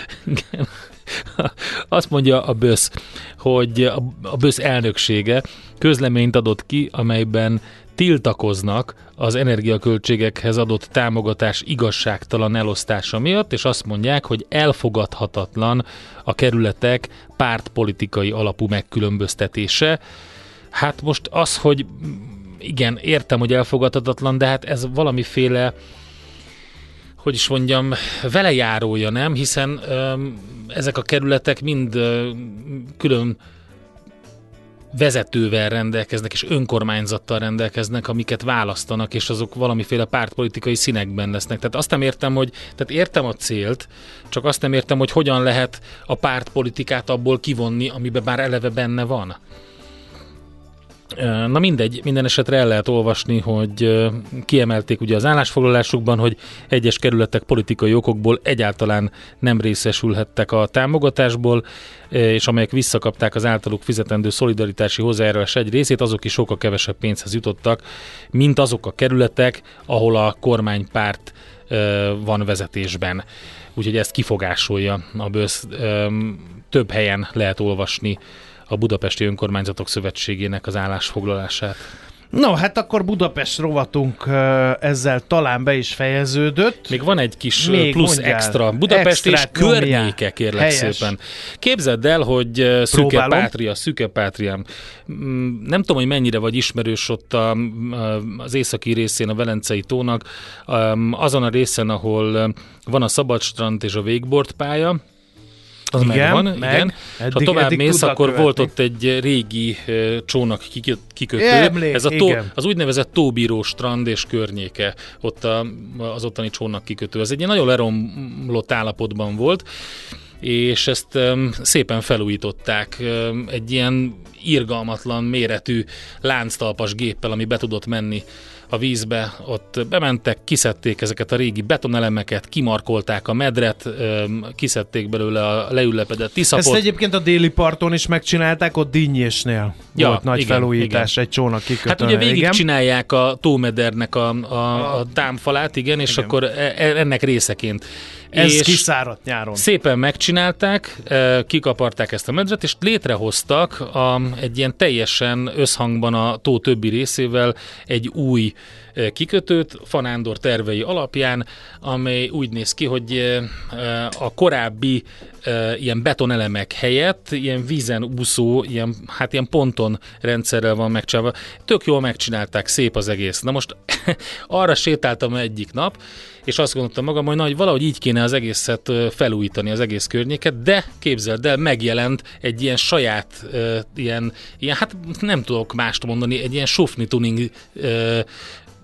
Azt mondja a BÖSZ, hogy a, a BÖSZ elnöksége közleményt adott ki, amelyben tiltakoznak az energiaköltségekhez adott támogatás igazságtalan elosztása miatt, és azt mondják, hogy elfogadhatatlan a kerületek pártpolitikai alapú megkülönböztetése. Hát most az, hogy igen, értem, hogy elfogadhatatlan, de hát ez valamiféle, hogy is mondjam, velejárója, nem? Hiszen öm, ezek a kerületek mind öm, külön vezetővel rendelkeznek, és önkormányzattal rendelkeznek, amiket választanak, és azok valamiféle pártpolitikai színekben lesznek. Tehát azt nem értem, hogy, tehát értem a célt, csak azt nem értem, hogy hogyan lehet a pártpolitikát abból kivonni, amiben már eleve benne van. Na mindegy, minden esetre el lehet olvasni, hogy kiemelték ugye az állásfoglalásukban, hogy egyes kerületek politikai okokból egyáltalán nem részesülhettek a támogatásból, és amelyek visszakapták az általuk fizetendő szolidaritási hozzájárulás egy részét, azok is sokkal kevesebb pénzhez jutottak, mint azok a kerületek, ahol a kormánypárt van vezetésben. Úgyhogy ezt kifogásolja a BÖSZ. Több helyen lehet olvasni a Budapesti Önkormányzatok Szövetségének az állásfoglalását. No, hát akkor Budapest rovatunk ezzel talán be is fejeződött. Még van egy kis Még plusz mondjál. extra. Budapest és környéke, kérlek Helyes. szépen. Képzeld el, hogy Szüke Pátria, Szüke Pátriám. Nem tudom, hogy mennyire vagy ismerős ott a, az északi részén a Velencei tónak, azon a részen, ahol van a szabadstrand és a wakeboard pálya. Az igen, megvan, meg. igen. Eddig, ha tovább mész, akkor követni. volt ott egy régi uh, csónak kikötő. Emlék, Ez a tó, az úgynevezett Tóbíró strand és környéke, ott a, az ottani csónak kikötő. Ez egy ilyen nagyon leromlott állapotban volt, és ezt um, szépen felújították um, egy ilyen irgalmatlan méretű lánctalpas géppel, ami be tudott menni a vízbe, ott bementek, kiszedték ezeket a régi betonelemeket, kimarkolták a medret, kiszedték belőle a leülepedett tiszapot. Ezt egyébként a déli parton is megcsinálták, ott Dinnyésnél ja, volt nagy igen, felújítás, igen. egy csónak kikötőn. Hát ugye végig csinálják a tómedernek a, a, a támfalát, igen, és igen. akkor ennek részeként. Ez és kiszáradt nyáron. Szépen megcsinálták, kikaparták ezt a medret, és létrehoztak a, egy ilyen teljesen összhangban a tó többi részével egy új kikötőt Fanándor tervei alapján, amely úgy néz ki, hogy a korábbi ilyen betonelemek helyett ilyen vízen úszó, ilyen, hát ilyen ponton rendszerrel van megcsinálva. Tök jól megcsinálták, szép az egész. Na most arra sétáltam egyik nap, és azt gondoltam magam, hogy, na, hogy valahogy így kéne az egészet felújítani, az egész környéket, de képzeld el, megjelent egy ilyen saját, ilyen, ilyen hát nem tudok mást mondani, egy ilyen sufni tuning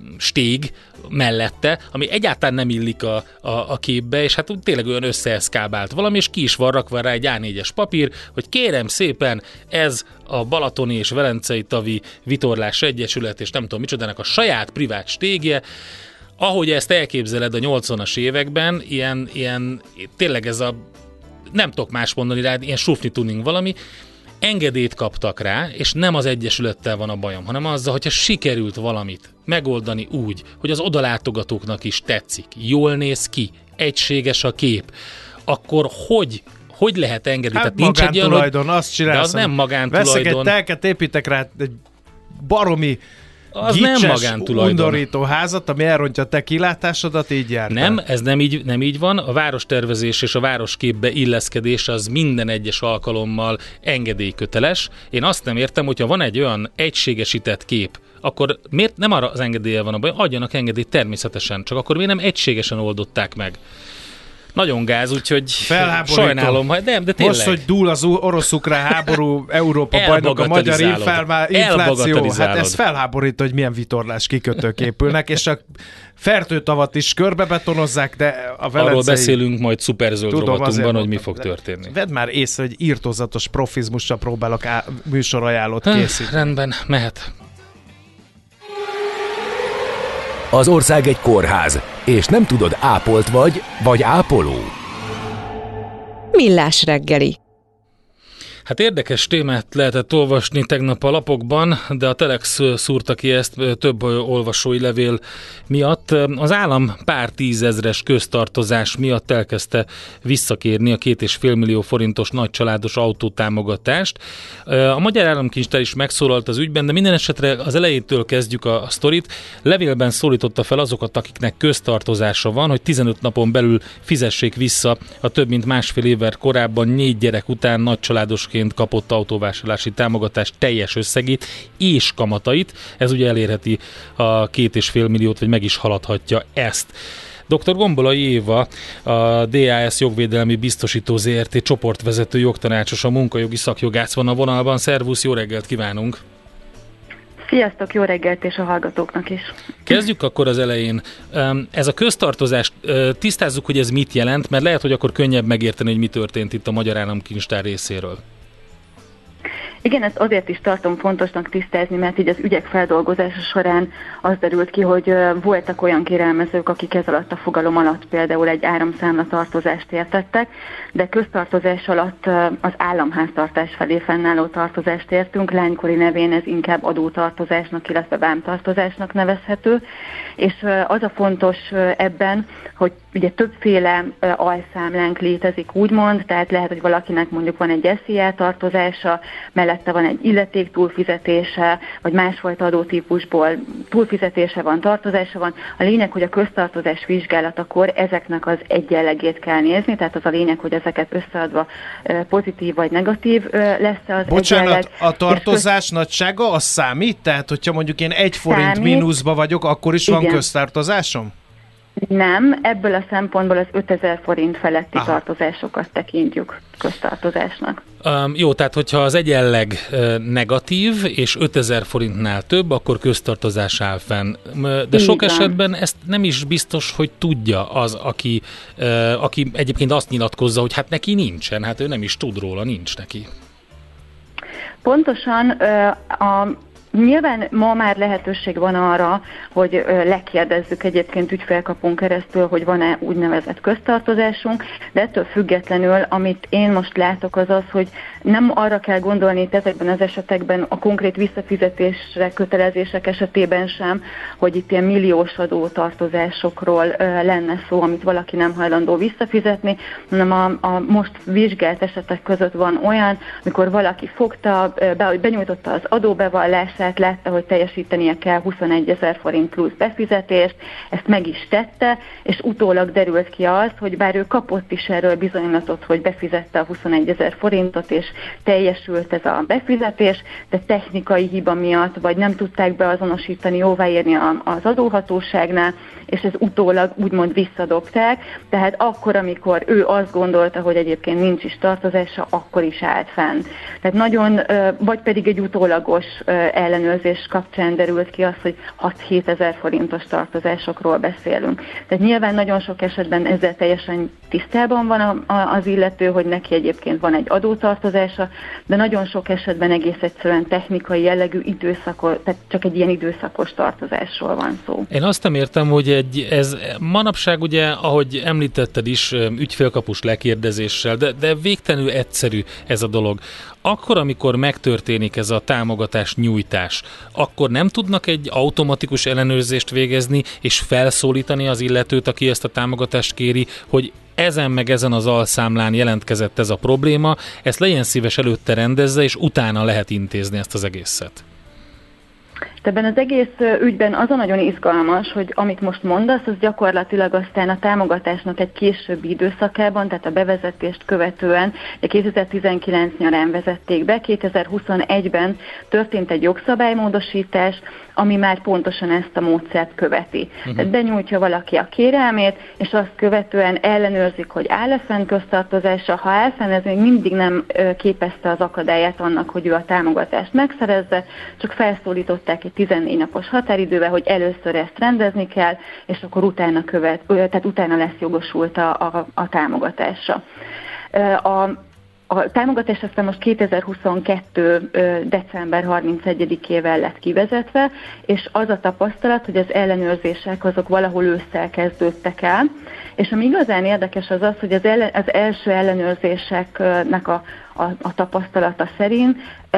stég mellette, ami egyáltalán nem illik a, a, a képbe, és hát tényleg olyan összeeszkábált valami, és ki is van rakva rá egy á négyes papír, hogy kérem szépen, ez a Balatoni és Velencei Tavi Vitorlás Egyesület, és nem tudom micsodának a saját privát stégje. Ahogy ezt elképzeled a nyolcvanas években, ilyen, ilyen tényleg ez a, nem tudok más mondani rá, ilyen sufni tuning valami, engedélyt kaptak rá, és nem az egyesülettel van a bajom, hanem azzal, hogyha sikerült valamit megoldani úgy, hogy az odalátogatóknak is tetszik, jól néz ki, egységes a kép, akkor hogy hogy lehet engedni? Hát nincs egy olyan, magántulajdon, azt csinálsz. De az nem magántulajdon. Veszek egy telket, építek rá egy baromi az nem magántulajdon. Undorító házat, ami elrontja a te kilátásodat, így jártál. Nem, ez nem így, nem így van. A várostervezés és a városképbe illeszkedés az minden egyes alkalommal engedélyköteles. Én azt nem értem, hogyha van egy olyan egységesített kép, akkor miért nem arra az engedéllyel van a baj? Adjanak engedélyt természetesen, csak akkor miért nem egységesen oldották meg? Nagyon gáz, úgyhogy sajnálom, de, de tényleg. Most, hogy dúl az orosz-ukrán háború, Európa bajnok, a magyar infláció, hát ez felháborító, hogy milyen vitorlás kikötők épülnek, és a Fertőtavat is körbebetonozzák, de a velencei... Arról beszélünk majd szuperzöld rovatunkban, hogy mi fog történni. Vedd már észre, hogy írtózatos profizmussal próbálok á- műsorajánlót készíteni. Rendben, mehet. Az ország egy kórház, és nem tudod, ápolt vagy, vagy ápoló. Millás reggeli. Hát érdekes témát lehetett olvasni tegnap a lapokban, de a Telex szúrta ki ezt több olvasói levél miatt. Az állam pár tízezres köztartozás miatt elkezdte visszakérni a két és fél millió forintos nagycsaládos autótámogatást. A Magyar Államkincstár is megszólalt az ügyben, de minden esetre az elejétől kezdjük a, a sztorit. Levélben szólította fel azokat, akiknek köztartozása van, hogy tizenöt napon belül fizessék vissza a több mint másfél évvel korábban négy gyerek után nagycsaládos kapott autóvásárlási támogatás teljes összegét és kamatait. Ez ugye elérheti a két és fél milliót, vagy meg is haladhatja ezt. doktor Gombolai Éva, a dé á es Jogvédelmi Biztosító zé er té csoportvezető jogtanácsos, a munkajogi szakjogász van a vonalban. Szervusz, jó reggelt kívánunk! Sziasztok, jó reggelt, és a hallgatóknak is. Kezdjük akkor az elején. Ez a köztartozás, tisztázzuk, hogy ez mit jelent, mert lehet, hogy akkor könnyebb megérteni, hogy mi történt itt a Magyar Államkincstár részéről. Igen, ezt azért is tartom fontosnak tisztázni, mert így az ügyek feldolgozása során az derült ki, hogy voltak olyan kérelmezők, akik ez alatt a fogalom alatt például egy áramszámla tartozást értettek, de köztartozás alatt az államháztartás felé fennálló tartozást értünk, lánykori nevén ez inkább adótartozásnak, illetve vámtartozásnak nevezhető, és az a fontos ebben, hogy ugye többféle alszámlánk létezik, úgymond, tehát lehet, hogy valakinek mondjuk van egy es zé á tartozása, mellette van egy illeték túlfizetése, vagy másfajta adótípusból túlfizetése van, tartozása van. A lényeg, hogy a köztartozás vizsgálatakor ezeknek az egyenlegét kell nézni, tehát az a lényeg, hogy ezeket összeadva pozitív vagy negatív lesz az Bocsánat, egyenleg. a tartozás köz... nagysága az számít? Tehát, hogyha mondjuk én egy forint számít. mínuszba vagyok, akkor is Igen. van köztartozásom? Nem, ebből a szempontból az ötezer forint feletti Aha. tartozásokat tekintjük köztartozásnak. Um, jó, tehát hogyha az egyenleg uh, negatív és ötezer forintnál több, akkor köztartozás áll fenn. De Így sok van. esetben ezt nem is biztos, hogy tudja az, aki, uh, aki egyébként azt nyilatkozza, hogy hát neki nincsen, hát ő nem is tud róla, nincs neki. Pontosan uh, a Nyilván ma már lehetőség van arra, hogy lekérdezzük egyébként ügyfélkapunk keresztül, hogy van-e úgynevezett köztartozásunk, de ettől függetlenül, amit én most látok, az az, hogy nem arra kell gondolni itt ezekben az esetekben, a konkrét visszafizetésre kötelezések esetében sem, hogy itt ilyen milliós adótartozásokról lenne szó, amit valaki nem hajlandó visszafizetni, hanem a, a most vizsgált esetek között van olyan, amikor valaki fogta, be, benyújtotta az adóbevallását, látta, hogy teljesítenie kell huszonegyezer forint plusz befizetést, ezt meg is tette, és utólag derült ki az, hogy bár ő kapott is erről bizonylatot, hogy befizette a huszonegyezer forintot, és teljesült ez a befizetés, de technikai hiba miatt, vagy nem tudták beazonosítani, jóváírni az adóhatóságnál, és ez utólag úgymond visszadobták, tehát akkor, amikor ő azt gondolta, hogy egyébként nincs is tartozása, akkor is állt fenn. Tehát nagyon, vagy pedig egy utólagos ellen ellenőrzés kapcsán derült ki az, hogy hat-hét ezer forintos tartozásokról beszélünk. Tehát nyilván nagyon sok esetben ezzel teljesen tisztában van a, a, az illető, hogy neki egyébként van egy adótartozása, de nagyon sok esetben egész egyszerűen technikai jellegű időszakos, tehát csak egy ilyen időszakos tartozásról van szó. Én azt nem értem, hogy egy, ez manapság ugye, ahogy említetted is, ügyfélkapus lekérdezéssel, de, de végtelenül egyszerű ez a dolog. Akkor, amikor megtörténik ez a támogatás nyújtás, akkor nem tudnak egy automatikus ellenőrzést végezni, és felszólítani az illetőt, aki ezt a támogatást kéri, hogy ezen meg ezen az alszámlán jelentkezett ez a probléma, ezt legyen szíves előtte rendezze, és utána lehet intézni ezt az egészet. Ebben az egész ügyben az a nagyon izgalmas, hogy amit most mondasz, az gyakorlatilag aztán a támogatásnak egy későbbi időszakában, tehát a bevezetést követően, kétezer-tizenkilenc nyarán vezették be, kétezer-huszonegyben történt egy jogszabálymódosítás, ami már pontosan ezt a módszert követi. Uh-huh. Tehát benyújtja valaki a kérelmét, és azt követően ellenőrzik, hogy áll-e fenn köztartozása. Ha áll fenn, ez még mindig nem képezte az akadályát annak, hogy ő a támogatást megszerezze, csak felszólították egy tizennégy napos határidővel, hogy először ezt rendezni kell, és akkor utána, követ, tehát utána lesz jogosult a, a, a támogatásra. A A támogatás aztán most kétezer-huszonkettő. december harmincegyedikével lett kivezetve, és az a tapasztalat, hogy az ellenőrzések azok valahol ősszel kezdődtek el, és ami igazán érdekes az az, hogy az, ellen, az első ellenőrzéseknek a, a, a tapasztalata szerint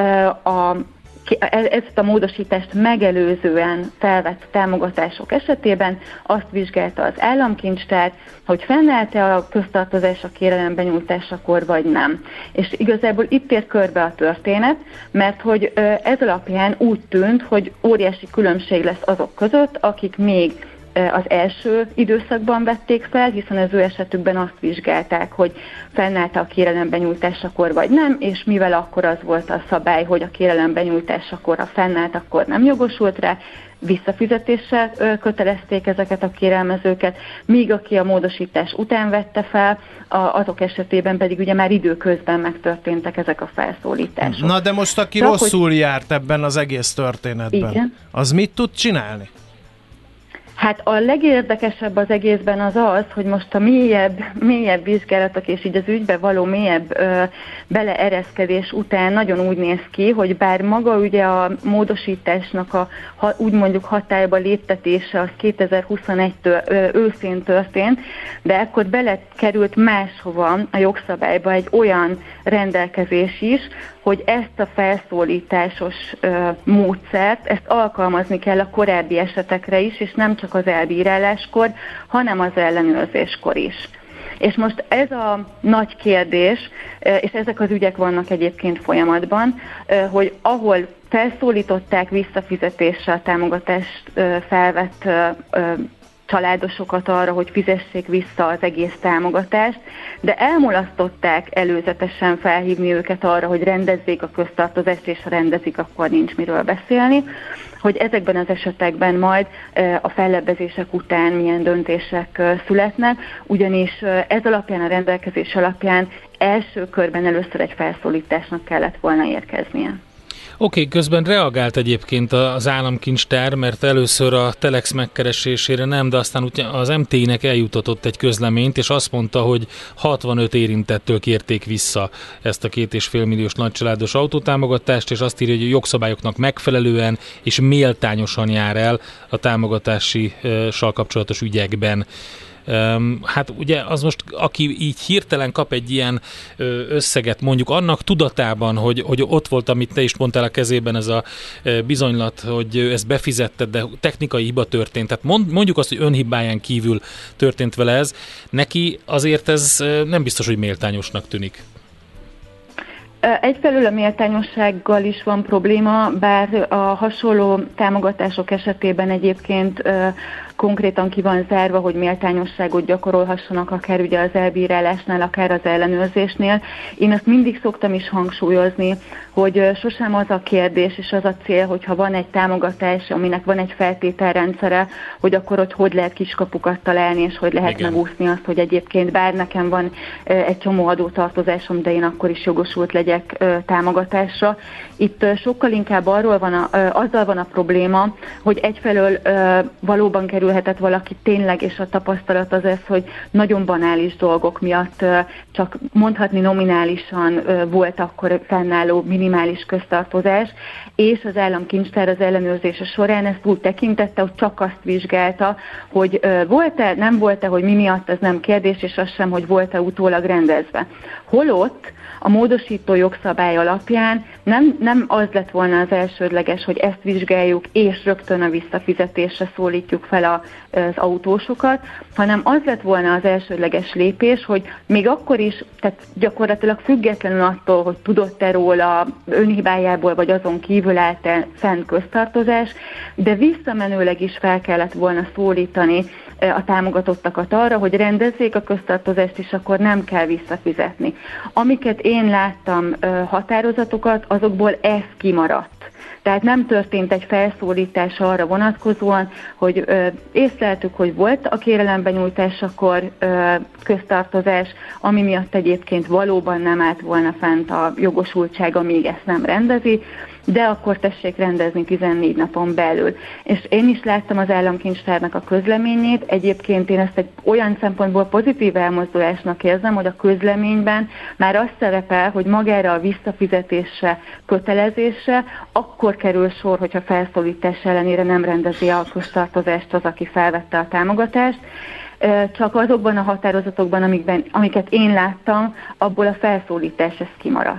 a ezt a módosítást megelőzően felvett támogatások esetében azt vizsgálta az államkincstár, hogy fennállt-e a köztartozás a kérelem benyújtásakor, vagy nem. És igazából itt ér körbe a történet, mert hogy ez alapján úgy tűnt, hogy óriási különbség lesz azok között, akik még az első időszakban vették fel, hiszen az ő esetükben azt vizsgálták, hogy fennállt a kérelem benyújtásakor vagy nem, és mivel akkor az volt a szabály, hogy a kérelem benyújtásakor, ha fennállt, akkor nem jogosult rá, visszafizetéssel kötelezték ezeket a kérelmezőket, míg aki a módosítás után vette fel, azok esetében pedig ugye már időközben megtörténtek ezek a felszólítások. Na de most aki Csak, rosszul hogy... járt ebben az egész történetben, igen. Az mit tud csinálni? Hát a legérdekesebb az egészben az az, hogy most a mélyebb, mélyebb vizsgálatok és így az ügybe való mélyebb ö, beleereszkedés után nagyon úgy néz ki, hogy bár maga ugye a módosításnak a ha, úgy mondjuk hatályba léptetése az kétezer-huszonegytől ö, őszén történt, de ekkor belekerült máshova a jogszabályba egy olyan rendelkezés is, hogy ezt a felszólításos ö, módszert, ezt alkalmazni kell a korábbi esetekre is, és nem csak az elbíráláskor, hanem az ellenőrzéskor is. És most ez a nagy kérdés, és ezek az ügyek vannak egyébként folyamatban, hogy ahol felszólították visszafizetésre a támogatást felvett családosokat arra, hogy fizessék vissza az egész támogatást, de elmulasztották előzetesen felhívni őket arra, hogy rendezzék a köztartozást, és ha rendezik, akkor nincs miről beszélni, hogy ezekben az esetekben majd a fellebbezések után milyen döntések születnek, ugyanis ez alapján, a rendelkezés alapján első körben először egy felszólításnak kellett volna érkeznie. Oké, okay, közben reagált egyébként az államkincstár, mert először a Telex megkeresésére nem, de aztán az em té i-nek eljutatott egy közleményt, és azt mondta, hogy hatvanöt érintettől kérték vissza ezt a két és fél milliós nagycsaládos autótámogatást, és azt írja, hogy a jogszabályoknak megfelelően és méltányosan jár el a támogatással kapcsolatos ügyekben. Hát ugye az most, aki így hirtelen kap egy ilyen összeget, mondjuk annak tudatában, hogy, hogy ott volt, amit te is mondtál a kezében, ez a bizonylat, hogy ezt befizetted, de technikai hiba történt. Tehát mondjuk azt, hogy önhibáján kívül történt vele ez, neki azért ez nem biztos, hogy méltányosnak tűnik. Egyfelől a méltányossággal is van probléma, bár a hasonló támogatások esetében egyébként konkrétan ki van zárva, hogy méltányosságot gyakorolhassanak akár ugye az elbírálásnál, akár az ellenőrzésnél. Én azt mindig szoktam is hangsúlyozni, hogy sosem az a kérdés és az a cél, hogyha van egy támogatás, aminek van egy feltételrendszere, hogy akkor ott hogy lehet kiskapukat találni, és hogy lehet Igen. megúszni azt, hogy egyébként bár nekem van egy csomó adótartozásom, de én akkor is jogosult legyek támogatásra. Itt sokkal inkább arról van a, azzal van a probléma, hogy egyfelől valóban kerülhetett valaki tényleg, és a tapasztalat az ez, hogy nagyon banális dolgok miatt csak mondhatni nominálisan volt akkor fennálló minimális köztartozás, és az államkincstár az ellenőrzése során ezt úgy tekintette, hogy csak azt vizsgálta, hogy volt-e, nem volt-e, hogy mi miatt, ez nem kérdés, és az sem, hogy volt-e utólag rendezve. Holott a módosító jogszabály alapján nem, nem az lett volna az elsődleges, hogy ezt vizsgáljuk, és rögtön a visszafizetésre szólítjuk fel a, az autósokat, hanem az lett volna az elsődleges lépés, hogy még akkor is, tehát gyakorlatilag függetlenül attól, hogy tudott-e róla önhibájából, vagy azon kívül állt-e fent köztartozás, de visszamenőleg is fel kellett volna szólítani a támogatottakat arra, hogy rendezzék a köztartozást, és akkor nem kell visszafizetni. Amiket én láttam határozatokat, azokból ez kimaradt. Tehát nem történt egy felszólítás arra vonatkozóan, hogy ö, észleltük, hogy volt a kérelembenyújtásakor ö, köztartozás, ami miatt egyébként valóban nem állt volna fent a jogosultsága, még ezt nem rendezi, de akkor tessék rendezni tizennégy napon belül. És én is láttam az államkincstárnak a közleményét, egyébként én ezt egy olyan szempontból pozitív elmozdulásnak érzem, hogy a közleményben már az szerepel, hogy magára a visszafizetésre, kötelezésre akkor kerül sor, hogyha felszólítás ellenére nem rendezi a köztartozást az, aki felvette a támogatást. Csak azokban a határozatokban, amikben, amiket én láttam, abból a felszólítás ez kimaradt.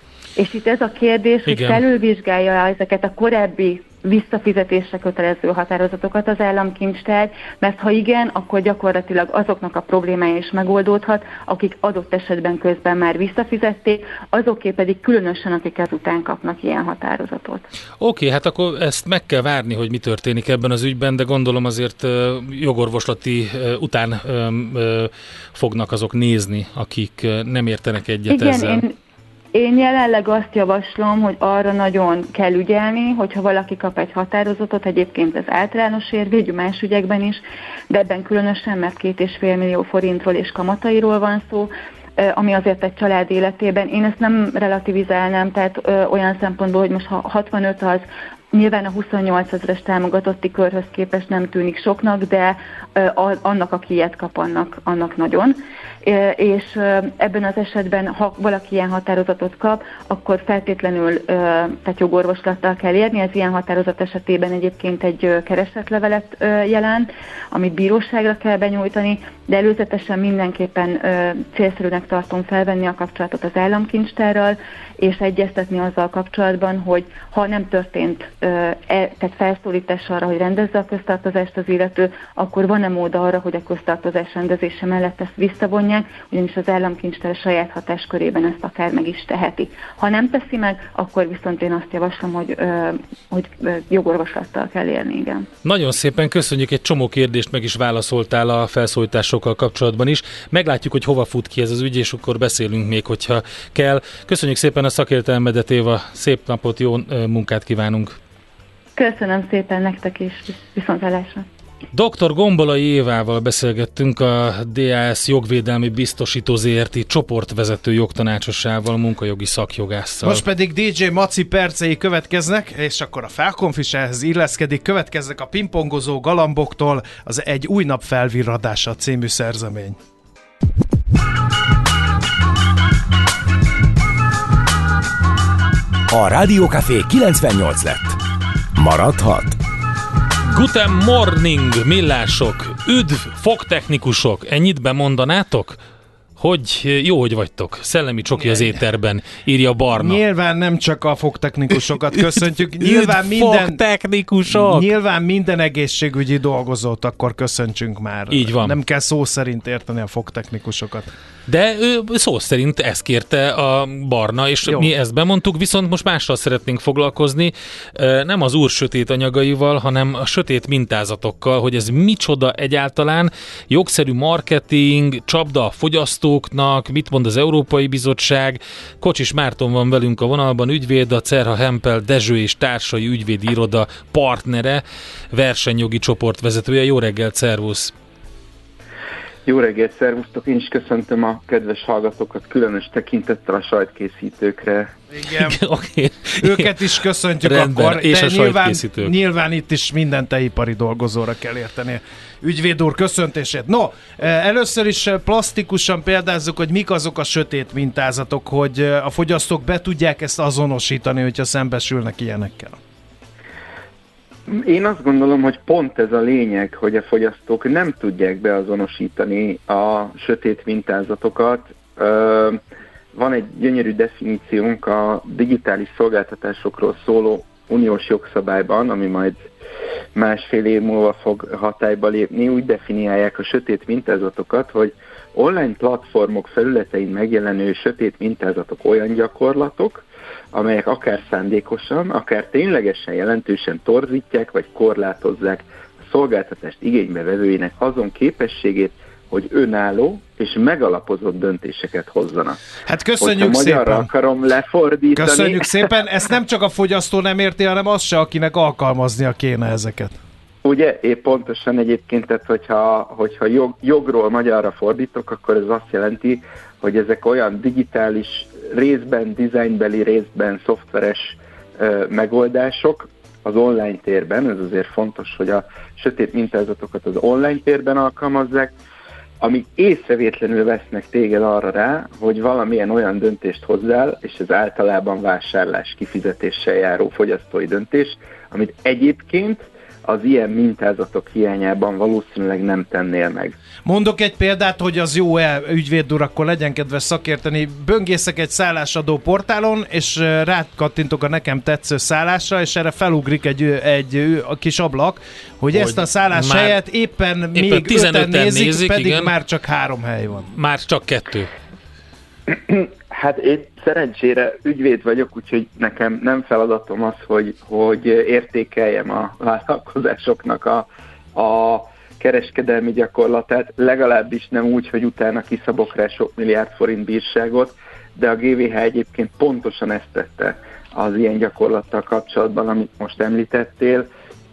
És itt ez a kérdés, Igen. hogy felülvizsgálja ezeket a korábbi visszafizetésre kötelező határozatokat az államkincstár, mert ha igen, akkor gyakorlatilag azoknak a problémája is megoldódhat, akik adott esetben közben már visszafizették, azoké pedig különösen, akik ezután kapnak ilyen határozatot. Oké, okay, hát akkor ezt meg kell várni, hogy mi történik ebben az ügyben, de gondolom azért uh, jogorvoslati uh, után um, uh, fognak azok nézni, akik uh, nem értenek egyet igen, ezzel. Én... Én jelenleg azt javaslom, hogy arra nagyon kell ügyelni, hogyha valaki kap egy határozatot, egyébként ez általános érvényű más ügyekben is, de ebben különösen, mert két és fél millió forintról és kamatairól van szó, ami azért egy család életében. Én ezt nem relativizálnám, tehát ö, olyan szempontból, hogy most ha hatvanöt az nyilván a huszonnyolc ezres támogatotti körhöz képest nem tűnik soknak, de uh, annak, aki ilyet kap, annak, annak nagyon. Uh, és uh, ebben az esetben, ha valaki ilyen határozatot kap, akkor feltétlenül uh, tehát jogorvoslattal kell érni. Ez ilyen határozat esetében egyébként egy uh, keresetlevelet uh, jelent, amit bíróságra kell benyújtani, de előzetesen mindenképpen uh, célszerűnek tartom felvenni a kapcsolatot az államkincstárral, és egyeztetni azzal kapcsolatban, hogy ha nem történt e, tehát felszólítás arra, hogy rendezze a köztartozást az illető, akkor van-e mód arra, hogy a köztartozás rendezése mellett ezt visszavonják, ugyanis az államkincstár saját hatáskörében ezt akár meg is teheti. Ha nem teszi meg, akkor viszont én azt javaslom, hogy, hogy jogorvoslattal kell érni, igen. Nagyon szépen köszönjük, egy csomó kérdést meg is válaszoltál a felszólításokkal kapcsolatban is. Meglátjuk, hogy hova fut ki ez az ügy, és akkor beszélünk még, hogyha kell. Köszönjük szépen a szakértelmedet, Éva, szép napot, jó munkát kívánunk! Köszönöm szépen nektek is, viszontlátásra! doktor Gombolai Évával beszélgettünk, a dé á es jogvédelmi biztosító zé er té csoportvezető jogtanácsosával, munkajogi szakjogásszal. Most pedig dé dzsé Maci percei következnek, és akkor a Felkonf ehhez illeszkedik, következnek a pingpongozó galamboktól az Egy új nap felvirradása című szerzemény. A Rádiókafé kilencvennyolc lett. Maradhat? Guten morning, millások! Üdv, fogtechnikusok! Ennyit bemondanátok? Hogy jó, hogy vagytok. Szellemi csoki az éterben, írja Barna. Nyilván nem csak a fogtechnikusokat köszöntjük. Nyilván minden, fogtechnikusok! Nyilván minden egészségügyi dolgozót akkor köszöntsünk már. Így van. Nem kell szó szerint érteni a fogtechnikusokat. De ő szó szerint ezt kérte a Barna, és Jó. mi ezt bemondtuk, viszont most mással szeretnénk foglalkozni, nem az úr sötét anyagaival, hanem a sötét mintázatokkal, hogy ez micsoda egyáltalán, jogszerű marketing, csapda a fogyasztóknak, mit mond az Európai Bizottság. Kocsis Márton van velünk a vonalban, ügyvéd, a Cerha Hempel Dezső és társai ügyvédi iroda partnere, versenyjogi csoportvezetője. Jó reggelt, szervusz! Jó reggelt, szervusztok! Én is köszöntöm a kedves hallgatókat, különös tekintettel a sajtkkészítőkre. Igen, okay. Őket is köszöntjük. Rendben, akkor. És de a nyilván, sajtkészítők. nyilván itt is minden teipari dolgozóra kell érteni. Ügyvéd úr, köszöntését. No, először is plastikusan példázzuk, hogy mik azok a sötét mintázatok, hogy a fogyasztók be tudják ezt azonosítani, hogyha szembesülnek ilyenekkel. Én azt gondolom, hogy pont ez a lényeg, hogy a fogyasztók nem tudják beazonosítani a sötét mintázatokat. Van egy gyönyörű definíciónk a digitális szolgáltatásokról szóló uniós jogszabályban, ami majd másfél év múlva fog hatályba lépni. Úgy definiálják a sötét mintázatokat, hogy online platformok felületein megjelenő sötét mintázatok olyan gyakorlatok, amelyek akár szándékosan, akár ténylegesen jelentősen torzítják vagy korlátozzák a szolgáltatást igénybevevőinek azon képességét, hogy önálló és megalapozott döntéseket hozzanak. Hát köszönjük szépen! Magyarra akarom lefordítani. Köszönjük szépen! Ezt nem csak a fogyasztó nem érti, hanem az se, akinek alkalmaznia kéne ezeket. Ugye, épp pontosan egyébként, tehát hogyha, hogyha jog, jogról magyarra fordítok, akkor ez azt jelenti, hogy ezek olyan digitális, részben dizájnbeli, részben szoftveres ö, megoldások az online térben, ez azért fontos, hogy a sötét mintázatokat az online térben alkalmazzák, amik észrevétlenül vesznek téged arra rá, hogy valamilyen olyan döntést hozzál, és ez általában vásárlás kifizetéssel járó fogyasztói döntés, amit egyébként az ilyen mintázatok hiányában valószínűleg nem tennél meg. Mondok egy példát, hogy az jó-e, ügyvéd úr, akkor legyen kedves szakérteni. Böngészek egy szállásadó portálon, és rákattintok a nekem tetsző szállásra, és erre felugrik egy, egy, egy kis ablak, hogy, hogy ezt a szállás helyet éppen, éppen még öten nézik, nézik, pedig igen. Már csak három hely van. Már csak kettő. Hát én szerencsére ügyvéd vagyok, úgyhogy nekem nem feladatom az, hogy, hogy értékeljem a vállalkozásoknak a, a kereskedelmi gyakorlatát, legalábbis nem úgy, hogy utána kiszabok rá sok milliárd forint bírságot, de a gé vé há egyébként pontosan ezt tette az ilyen gyakorlattal kapcsolatban, amit most említettél.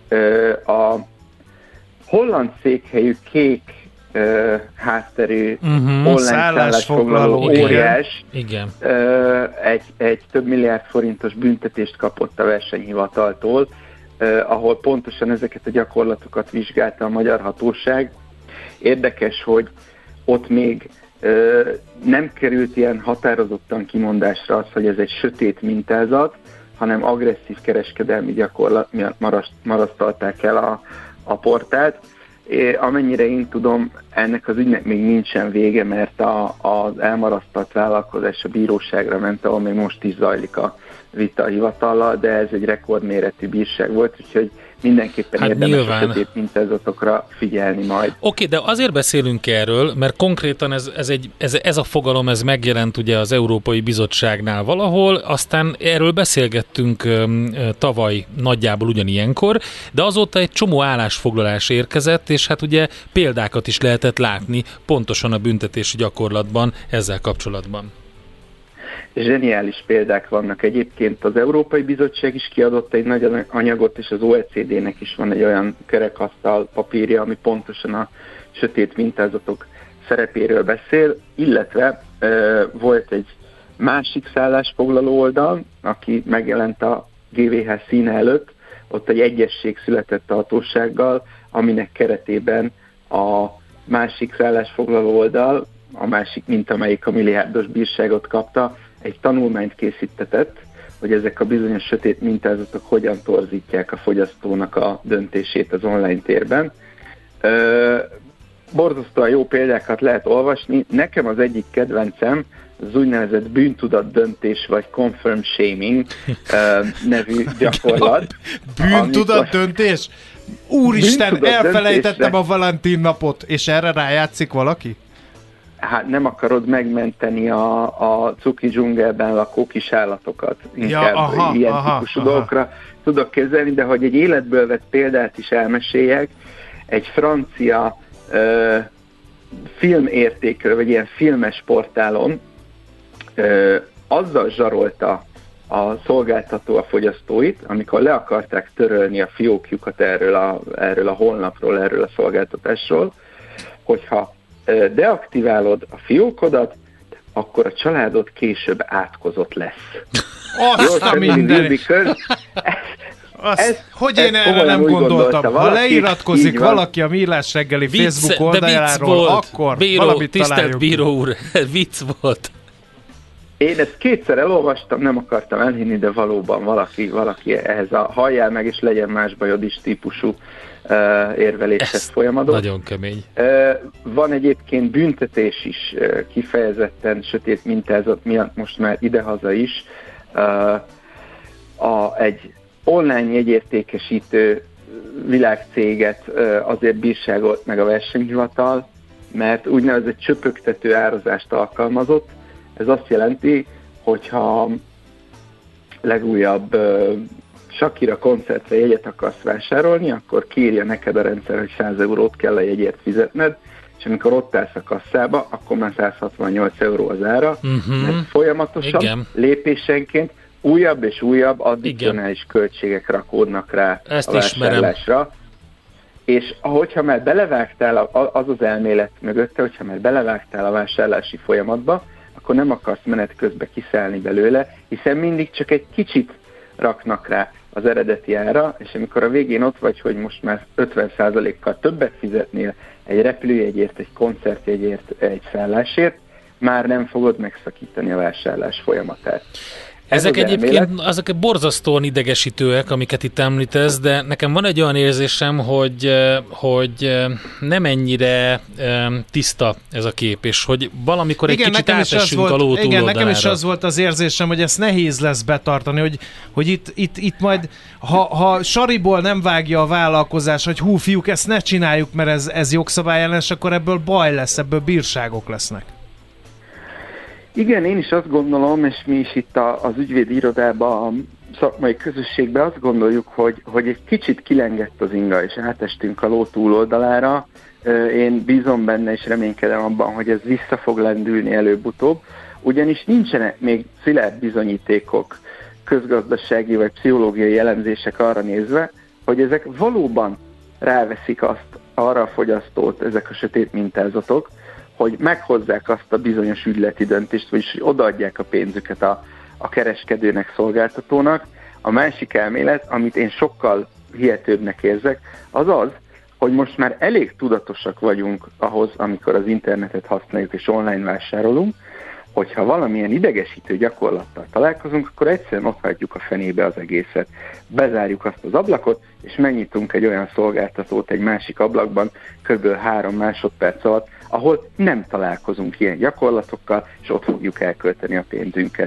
A holland székhelyű kék Uh, házterű uh-huh, online szállásfoglaló óriás Igen. Uh, egy, egy több milliárd forintos büntetést kapott a versenyhivataltól, uh, ahol pontosan ezeket a gyakorlatokat vizsgálta a magyar hatóság. Érdekes, hogy ott még uh, nem került ilyen határozottan kimondásra az, hogy ez egy sötét mintázat, hanem agresszív kereskedelmi gyakorlat miatt marasztalták el a, a portált. É, amennyire én tudom, ennek az ügynek még nincsen vége, mert a, az elmarasztalt vállalkozás a bíróságra ment, ahol még most is zajlik a vita a hivatallal, de ez egy rekordméretű bírság volt, úgyhogy mindenképpen hát érdemes nyilván a sötét mintázatokra figyelni majd. Oké, de azért beszélünk erről, mert konkrétan ez, ez, egy, ez, ez a fogalom ez megjelent ugye az Európai Bizottságnál valahol, aztán erről beszélgettünk um, tavaly nagyjából ugyanilyenkor, de azóta egy csomó állásfoglalás érkezett, és hát ugye példákat is lehetett látni pontosan a büntetési gyakorlatban ezzel kapcsolatban. Zseniális példák vannak egyébként. Az Európai Bizottság is kiadott egy nagy anyagot, és az o e cé dé-nek is van egy olyan kerekasztal papírja, ami pontosan a sötét mintázatok szerepéről beszél, illetve e, volt egy másik szállásfoglaló oldal, aki megjelent a gé vé há színe előtt, ott egy egyesség született a hatósággal, aminek keretében a másik szállásfoglaló oldal, a másik, mint amelyik a milliárdos bírságot kapta, egy tanulmányt készítetett, hogy ezek a bizonyos sötét mintázatok hogyan torzítják a fogyasztónak a döntését az online térben. Ö, borzasztóan jó példákat lehet olvasni. Nekem az egyik kedvencem az úgynevezett bűntudat döntés, vagy confirm shaming ö, nevű gyakorlat. Bűntudat amikor... döntés? Úristen, bűntudat elfelejtettem döntésre. A Valentin napot, és erre rájátszik valaki? hát nem akarod megmenteni a, a cuki dzsungelben lakó kis állatokat. Inkább ja, aha, ilyen aha, típusú aha. dolgokra tudok kezelni, de hogy egy életből vett példát is elmeséljek, egy francia ö, filmértékről, vagy ilyen filmes portálon ö, azzal zsarolta a szolgáltató a fogyasztóit, amikor le akarták törölni a fiókjukat erről a, erről a honlapról, erről a szolgáltatásról, hogyha ö, deaktiválod a fiókodat, akkor a családod később átkozott lesz. Azt a mindenit! Azt, ez, hogy én ez erre nem gondoltam. Ha valaki, leiratkozik valaki a Millás reggeli vicc, Facebook oldaláról, akkor bíró, valamit tisztelt találjuk. bíró úr, vicc volt. Én ezt kétszer elolvastam, nem akartam elhinni, de valóban valaki, valaki ehhez a halljál meg, és legyen más bajod is típusú uh, érveléshez folyamatot. Nagyon kemény. Uh, van egyébként büntetés is uh, kifejezetten sötét mintázat miatt most már idehaza is. Uh, a, egy online jegyértékesítő világcéget uh, azért bírságolt meg a versenyhivatal, mert úgynevezett csöpögtető árazást alkalmazott. Ez azt jelenti, hogyha legújabb uh, Shakira koncertre jegyet akarsz vásárolni, akkor kírja neked a rendszer, hogy száz eurót kell a jegyért fizetned, és amikor ott állsz a kasszába, akkor már száz hatvannyolc euró az ára, uh-huh. mert folyamatosan, igen. lépésenként újabb és újabb addicionális költségek rakódnak rá ezt a vásárlásra. Ismerem. És hogyha már belevágtál, az az elmélet mögötte, hogyha már belevágtál a vásárlási folyamatba, akkor nem akarsz menet közben kiszállni belőle, hiszen mindig csak egy kicsit raknak rá az eredeti ára, és amikor a végén ott vagy, hogy most már ötven százalékkal többet fizetnél egy repülőjegyért, egy koncertjegyért, egy szállásért, már nem fogod megszakítani a vásárlás folyamatát. Ezek az egyébként elmélet. Azok borzasztóan idegesítőek, amiket itt említesz, de nekem van egy olyan érzésem, hogy, hogy nem ennyire tiszta ez a kép, és hogy valamikor egy igen, kicsit átessünk a ló túloldalára. Igen, nekem is az volt az érzésem, hogy ezt nehéz lesz betartani, hogy, hogy itt, itt, itt majd, ha, ha sariból nem vágja a vállalkozás, hogy hú, fiúk, ezt ne csináljuk, mert ez, ez jogszabályellenes, akkor ebből baj lesz, ebből bírságok lesznek. Igen, én is azt gondolom, és mi is itt a, az ügyvédi irodában, a szakmai közösségben azt gondoljuk, hogy, hogy egy kicsit kilengett az inga, és átestünk a ló túloldalára. Én bízom benne, és reménykedem abban, hogy ez vissza fog lendülni előbb-utóbb, ugyanis nincsenek még szilárd bizonyítékok, közgazdasági vagy pszichológiai elemzések arra nézve, hogy ezek valóban ráveszik azt arra a fogyasztót, ezek a sötét mintázatok, hogy meghozzák azt a bizonyos ügyleti döntést, vagyis hogy odaadják a pénzüket a, a kereskedőnek, szolgáltatónak. A másik elmélet, amit én sokkal hihetőbbnek érzek, az az, hogy most már elég tudatosak vagyunk ahhoz, amikor az internetet használjuk és online vásárolunk, hogyha valamilyen idegesítő gyakorlattal találkozunk, akkor egyszerűen ott hagyjuk a fenébe az egészet. Bezárjuk azt az ablakot, és megnyitunk egy olyan szolgáltatót egy másik ablakban, kb. három másodperc alatt, ahol nem találkozunk ilyen gyakorlatokkal, és ott fogjuk elkölteni a pénzünket.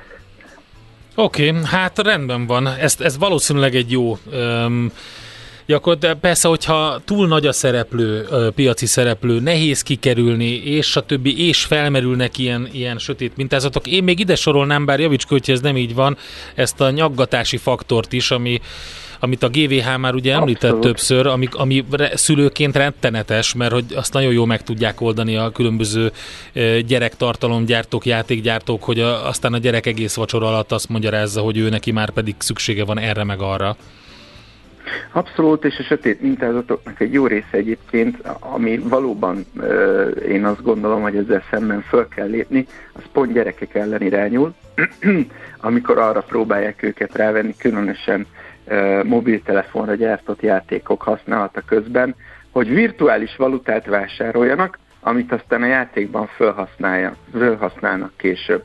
Oké, okay, hát rendben van. Ez, ez valószínűleg egy jó um, gyakorlat, de persze, hogyha túl nagy a szereplő, uh, piaci szereplő, nehéz kikerülni, és a többi, és felmerülnek ilyen, ilyen sötét mintázatok. Én még ide sorolnám, bár javíts ki, hogyha ez nem így van, ezt a nyaggatási faktort is, ami amit a gé vé há már ugye említett Abszolút. többször, ami, ami szülőként rettenetes, mert hogy azt nagyon jól meg tudják oldani a különböző gyerektartalomgyártók, játékgyártók, hogy a, aztán a gyerek egész vacsora alatt azt magyarázza, hogy ő neki már pedig szüksége van erre meg arra. Abszolút, és a sötét mintázatoknak egy jó része egyébként, ami valóban én azt gondolom, hogy ezzel szemben föl kell lépni, az pont gyerekek ellen irányul, amikor arra próbálják őket rávenni, különösen mobiltelefonra gyártott játékok használata közben, hogy virtuális valutát vásároljanak, amit aztán a játékban felhasználnak később.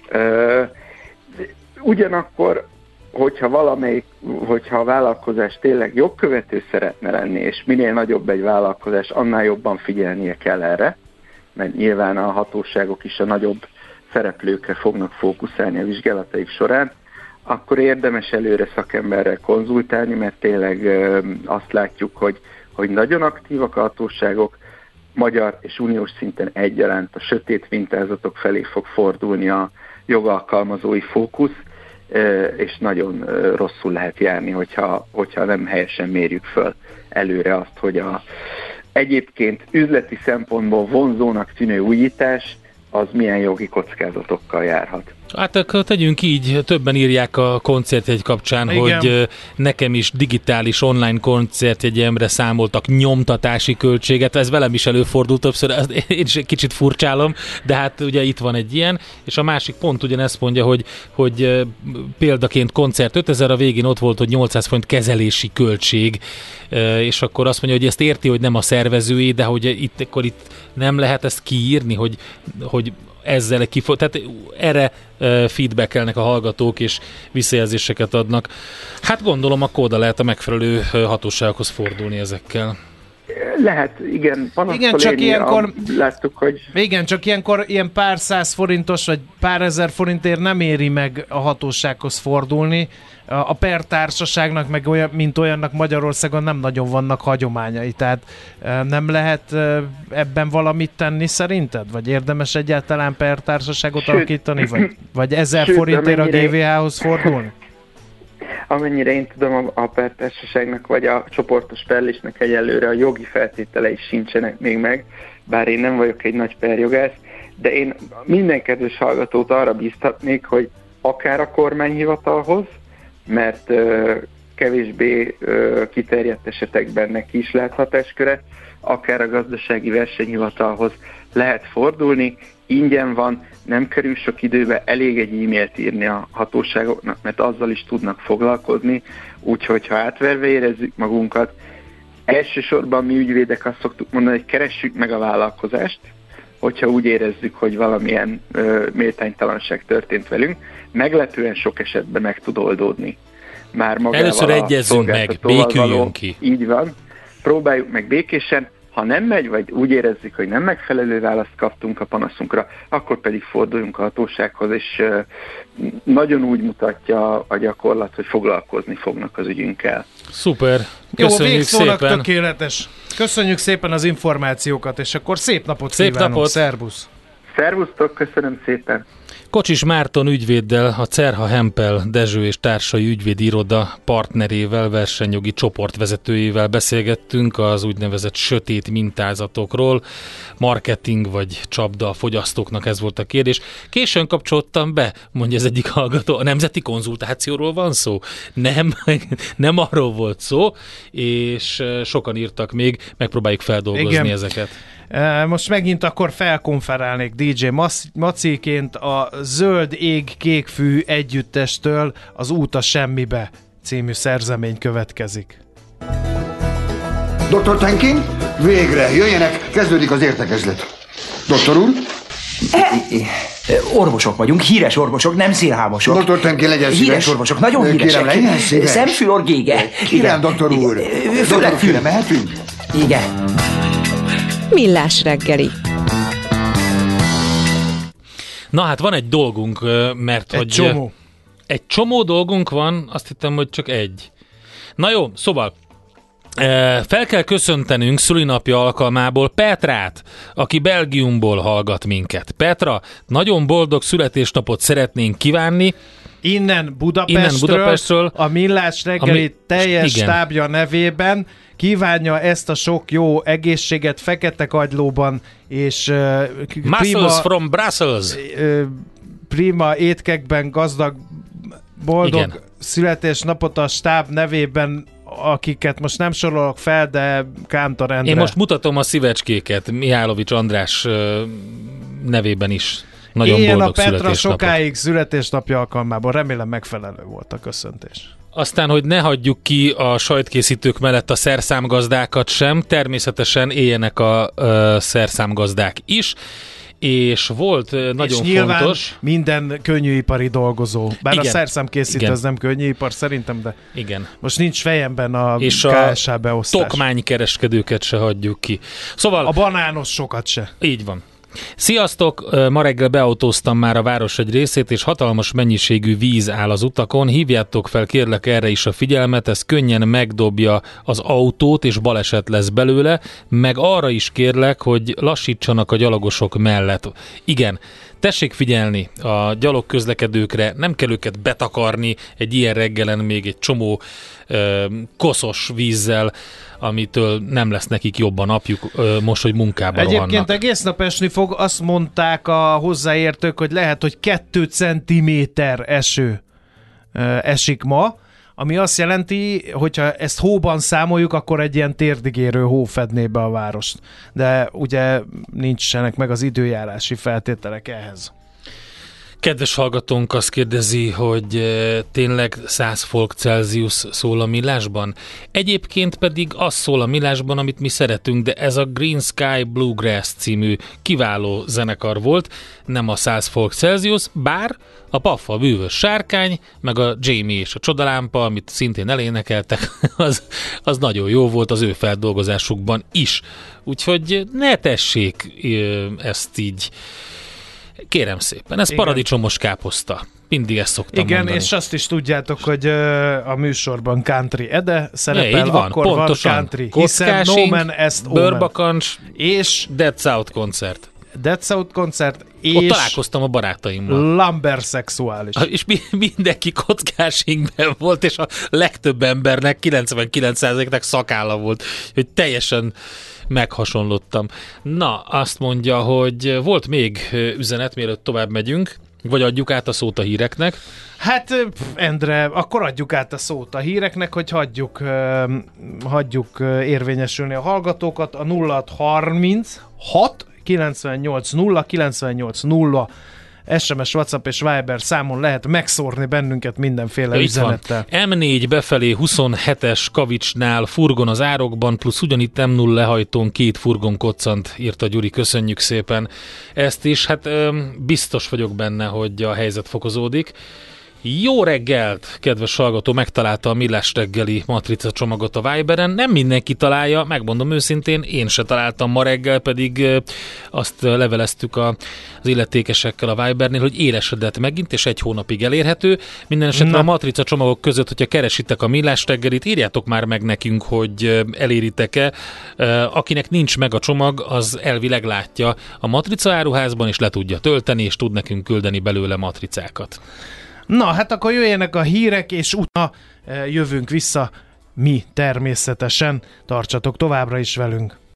Ugyanakkor, hogyha valamelyik, hogyha a vállalkozás tényleg jogkövető szeretne lenni, és minél nagyobb egy vállalkozás, annál jobban figyelnie kell erre, mert nyilván a hatóságok is a nagyobb szereplőkre fognak fókuszálni a vizsgálataik során, akkor érdemes előre szakemberrel konzultálni, mert tényleg ö, azt látjuk, hogy, hogy nagyon aktívak a hatóságok, magyar és uniós szinten egyaránt a sötét mintázatok felé fog fordulni a jogalkalmazói fókusz, és nagyon rosszul lehet járni, hogyha, hogyha nem helyesen mérjük föl előre azt, hogy a egyébként üzleti szempontból vonzónak tűnő újítás az milyen jogi kockázatokkal járhat. Hát akkor tegyünk így, többen írják a koncertjegy kapcsán, igen, hogy nekem is digitális online koncertjegyemre számoltak nyomtatási költséget, ez velem is előfordult többször, én is egy kicsit furcsálom, de hát ugye itt van egy ilyen, és a másik pont ugyanezt mondja, hogy, hogy példaként koncert ötezer, a végén ott volt, hogy nyolcszáz forint kezelési költség, és akkor azt mondja, hogy ezt érti, hogy nem a szervezői, de hogy itt, akkor itt nem lehet ezt kiírni, hogy, hogy ezzel kifo- tehát erre uh, feedbackelnek a hallgatók, és visszajelzéseket adnak. Hát gondolom, akkor oda lehet a megfelelő uh, hatósághoz fordulni ezekkel. Lehet, igen. Igen, csak ilyenkor, a, láttuk, hogy... igen, csak ilyenkor ilyen pár száz forintos, vagy pár ezer forintért nem éri meg a hatósághoz fordulni. A per társaságnak, meg olyan, mint olyannak Magyarországon nem nagyon vannak hagyományai, tehát nem lehet ebben valamit tenni szerinted? Vagy érdemes egyáltalán per társaságot sőt, alakítani? Vagy, vagy ezer sőt, forintért a gé vé há-hoz fordulni? Amennyire én tudom, a per társaságnak vagy a csoportos perlésnek egyelőre a jogi feltételei sincsenek még meg, bár én nem vagyok egy nagy perjogász, de én minden kedves hallgatót arra bíztatnék, hogy akár a kormányhivatalhoz, mert uh, kevésbé uh, kiterjedt esetekben neki is lehet hatásköre, akár a gazdasági versenyhivatalhoz lehet fordulni, ingyen van, nem kerül sok időbe, elég egy e-mailt írni a hatóságoknak, mert azzal is tudnak foglalkozni, úgyhogy ha átverve érezzük magunkat, elsősorban mi ügyvédek azt szoktuk mondani, hogy keressük meg a vállalkozást, hogyha úgy érezzük, hogy valamilyen ö, méltánytalanság történt velünk, meglepően sok esetben meg tud oldódni. Már magával először egyezünk meg, béküljünk ki. Így van. Próbáljuk meg békésen, ha nem megy, vagy úgy érezzük, hogy nem megfelelő választ kaptunk a panaszunkra, akkor pedig forduljunk a hatósághoz, és ö, nagyon úgy mutatja a gyakorlat, hogy foglalkozni fognak az ügyünkkel. Szuper. Köszönjük. Jó, végszónak szépen. Tökéletes. Köszönjük szépen az információkat, és akkor szép napot szép kívánunk. Napot. Szervusz. Szervusztok, köszönöm szépen. Kocsis Márton ügyvéddel, a Cerha Hempel Dezső és társai ügyvédi iroda partnerével, versenyjogi csoportvezetőjével beszélgettünk az úgynevezett sötét mintázatokról. Marketing vagy csapda a fogyasztóknak, ez volt a kérdés. Későn kapcsoltam be, mondja az egyik hallgató, a nemzeti konzultációról van szó? Nem, nem arról volt szó, és sokan írtak még, megpróbáljuk feldolgozni igen. ezeket. Most megint akkor felkonferálnék dé dzsé Maciként a Zöld Ég Kék Fű együttestől az Út a Semmibe című szerzemény következik. doktor Tenkin, végre jöjjenek, kezdődik az értekezlet. Doktor úr? Orvosok vagyunk, híres orvosok, nem szélhámosok. doktor Tenkin, legyen szíves. Híres orvosok, nagyon híresek. Kérem, legyen szíves. Szemfül, orgége. Kérem, doktor úr. Főleg fülre mehetünk? Igen. Millás reggeli. Na hát van egy dolgunk, mert egy hogy... csomó. Egy csomó dolgunk van, azt hittem, hogy csak egy. Na jó, szóval fel kell köszöntenünk szülinapja alkalmából Petrát, aki Belgiumból hallgat minket. Petra, nagyon boldog születésnapot szeretnénk kívánni. Innen Budapestről, Innen Budapestről a Millás reggeli mi, teljes igen. stábja nevében kívánja ezt a sok jó egészséget fekete kagylóban, és uh, prima, from Brussels. Uh, prima étkekben gazdag, boldog igen. születésnapot a stáb nevében, akiket most nem sorolok fel, de Kántor Endre. Én most mutatom a szívecskéket Mihálovics András nevében is. Nagyon Ilyen boldog a Petra születésnapot. sokáig születésnapja alkalmából. Remélem megfelelő volt a köszöntés. Aztán, hogy ne hagyjuk ki a sajtkészítők mellett a szerszámgazdákat sem, természetesen éljenek a uh, szerszámgazdák is, és volt uh, nagyon és nyilván fontos... minden könnyűipari dolgozó. Bár igen. a szerszámkészítő igen. az nem könnyűipar szerintem, de igen. most nincs fejemben a és ká es há beosztás. És a tokmánykereskedőket se hagyjuk ki. Szóval... A banános sokat se. Így van. Sziasztok! Ma reggel beautóztam már a város egy részét, és hatalmas mennyiségű víz áll az utakon. Hívjátok fel kérlek erre is a figyelmet, ez könnyen megdobja az autót, és baleset lesz belőle, meg arra is kérlek, hogy lassítsanak a gyalogosok mellett. Igen, tessék figyelni a gyalogközlekedőkre, nem kell őket betakarni egy ilyen reggelen még egy csomó ö, koszos vízzel, amitől nem lesz nekik jobb a napjuk ö, most, hogy munkába Egyébként rohannak. egész nap esni fog, azt mondták a hozzáértők, hogy lehet, hogy két centiméter eső ö, esik ma, ami azt jelenti, hogyha ezt hóban számoljuk, akkor egy ilyen térdigérő hó fedné be a várost. De ugye nincsenek meg az időjárási feltételek ehhez. Kedves hallgatónk azt kérdezi, hogy e, tényleg száz fok Celsius szól a millásban? Egyébként pedig az szól a millásban, amit mi szeretünk, de ez a Green Sky Bluegrass című kiváló zenekar volt, nem a száz fok Celsius, bár a Paffa bűvös sárkány, meg a Jamie és a csodalámpa, amit szintén elénekeltek, az, az nagyon jó volt az ő feldolgozásukban is. Úgyhogy ne tessék ezt így. Kérem szépen, ez igen. Paradicsomos káposzta. Mindig ezt szoktam Igen, mondani. és azt is tudjátok, hogy uh, a műsorban Country Ede szerepel, ja, van, akkor pontosan. van Country. Hiszen No Man Est Omen. Bőrbakancs és Dead South koncert. Dead South koncert, és ott találkoztam a barátaimmal. Lamberszexuális. És mi, mindenki kockásingben volt, és a legtöbb embernek, kilencvenkilenc százaléknak szakálla volt, hogy teljesen meghasonlottam. Na, azt mondja, hogy volt még üzenet, mielőtt tovább megyünk, vagy adjuk át a szót a híreknek? Hát, Endre, akkor adjuk át a szót a híreknek, hogy hagyjuk, hagyjuk érvényesülni a hallgatókat. A nulla harminchat kilencvennyolc nulla kilencvennyolc nulla es em es, WhatsApp és Viber számon lehet megszórni bennünket mindenféle ja, üzenettel. em négy befelé huszonhetes Kavicsnál furgon az árokban, plusz ugyanitt em nulla lehajtón két furgon koccant, írta Gyuri, köszönjük szépen ezt is. Hát öm, biztos vagyok benne, hogy a helyzet fokozódik. Jó reggelt, kedves hallgató, megtalálta a Millás reggeli matrica csomagot a Viberen. Nem mindenki találja, megmondom őszintén, én se találtam ma reggel, pedig azt leveleztük a, az illetékesekkel a Vibernél, hogy élesedett megint, és egy hónapig elérhető. Minden esetre a matrica csomagok között, hogyha keresitek a Millás reggelit, írjátok már meg nekünk, hogy eléritek-e. Akinek nincs meg a csomag, az elvileg látja a matrica áruházban, és le tudja tölteni, és tud nekünk küldeni belőle matricákat. Na, hát akkor jöjjenek a hírek, és utána jövünk vissza mi természetesen. Tartsatok továbbra is velünk.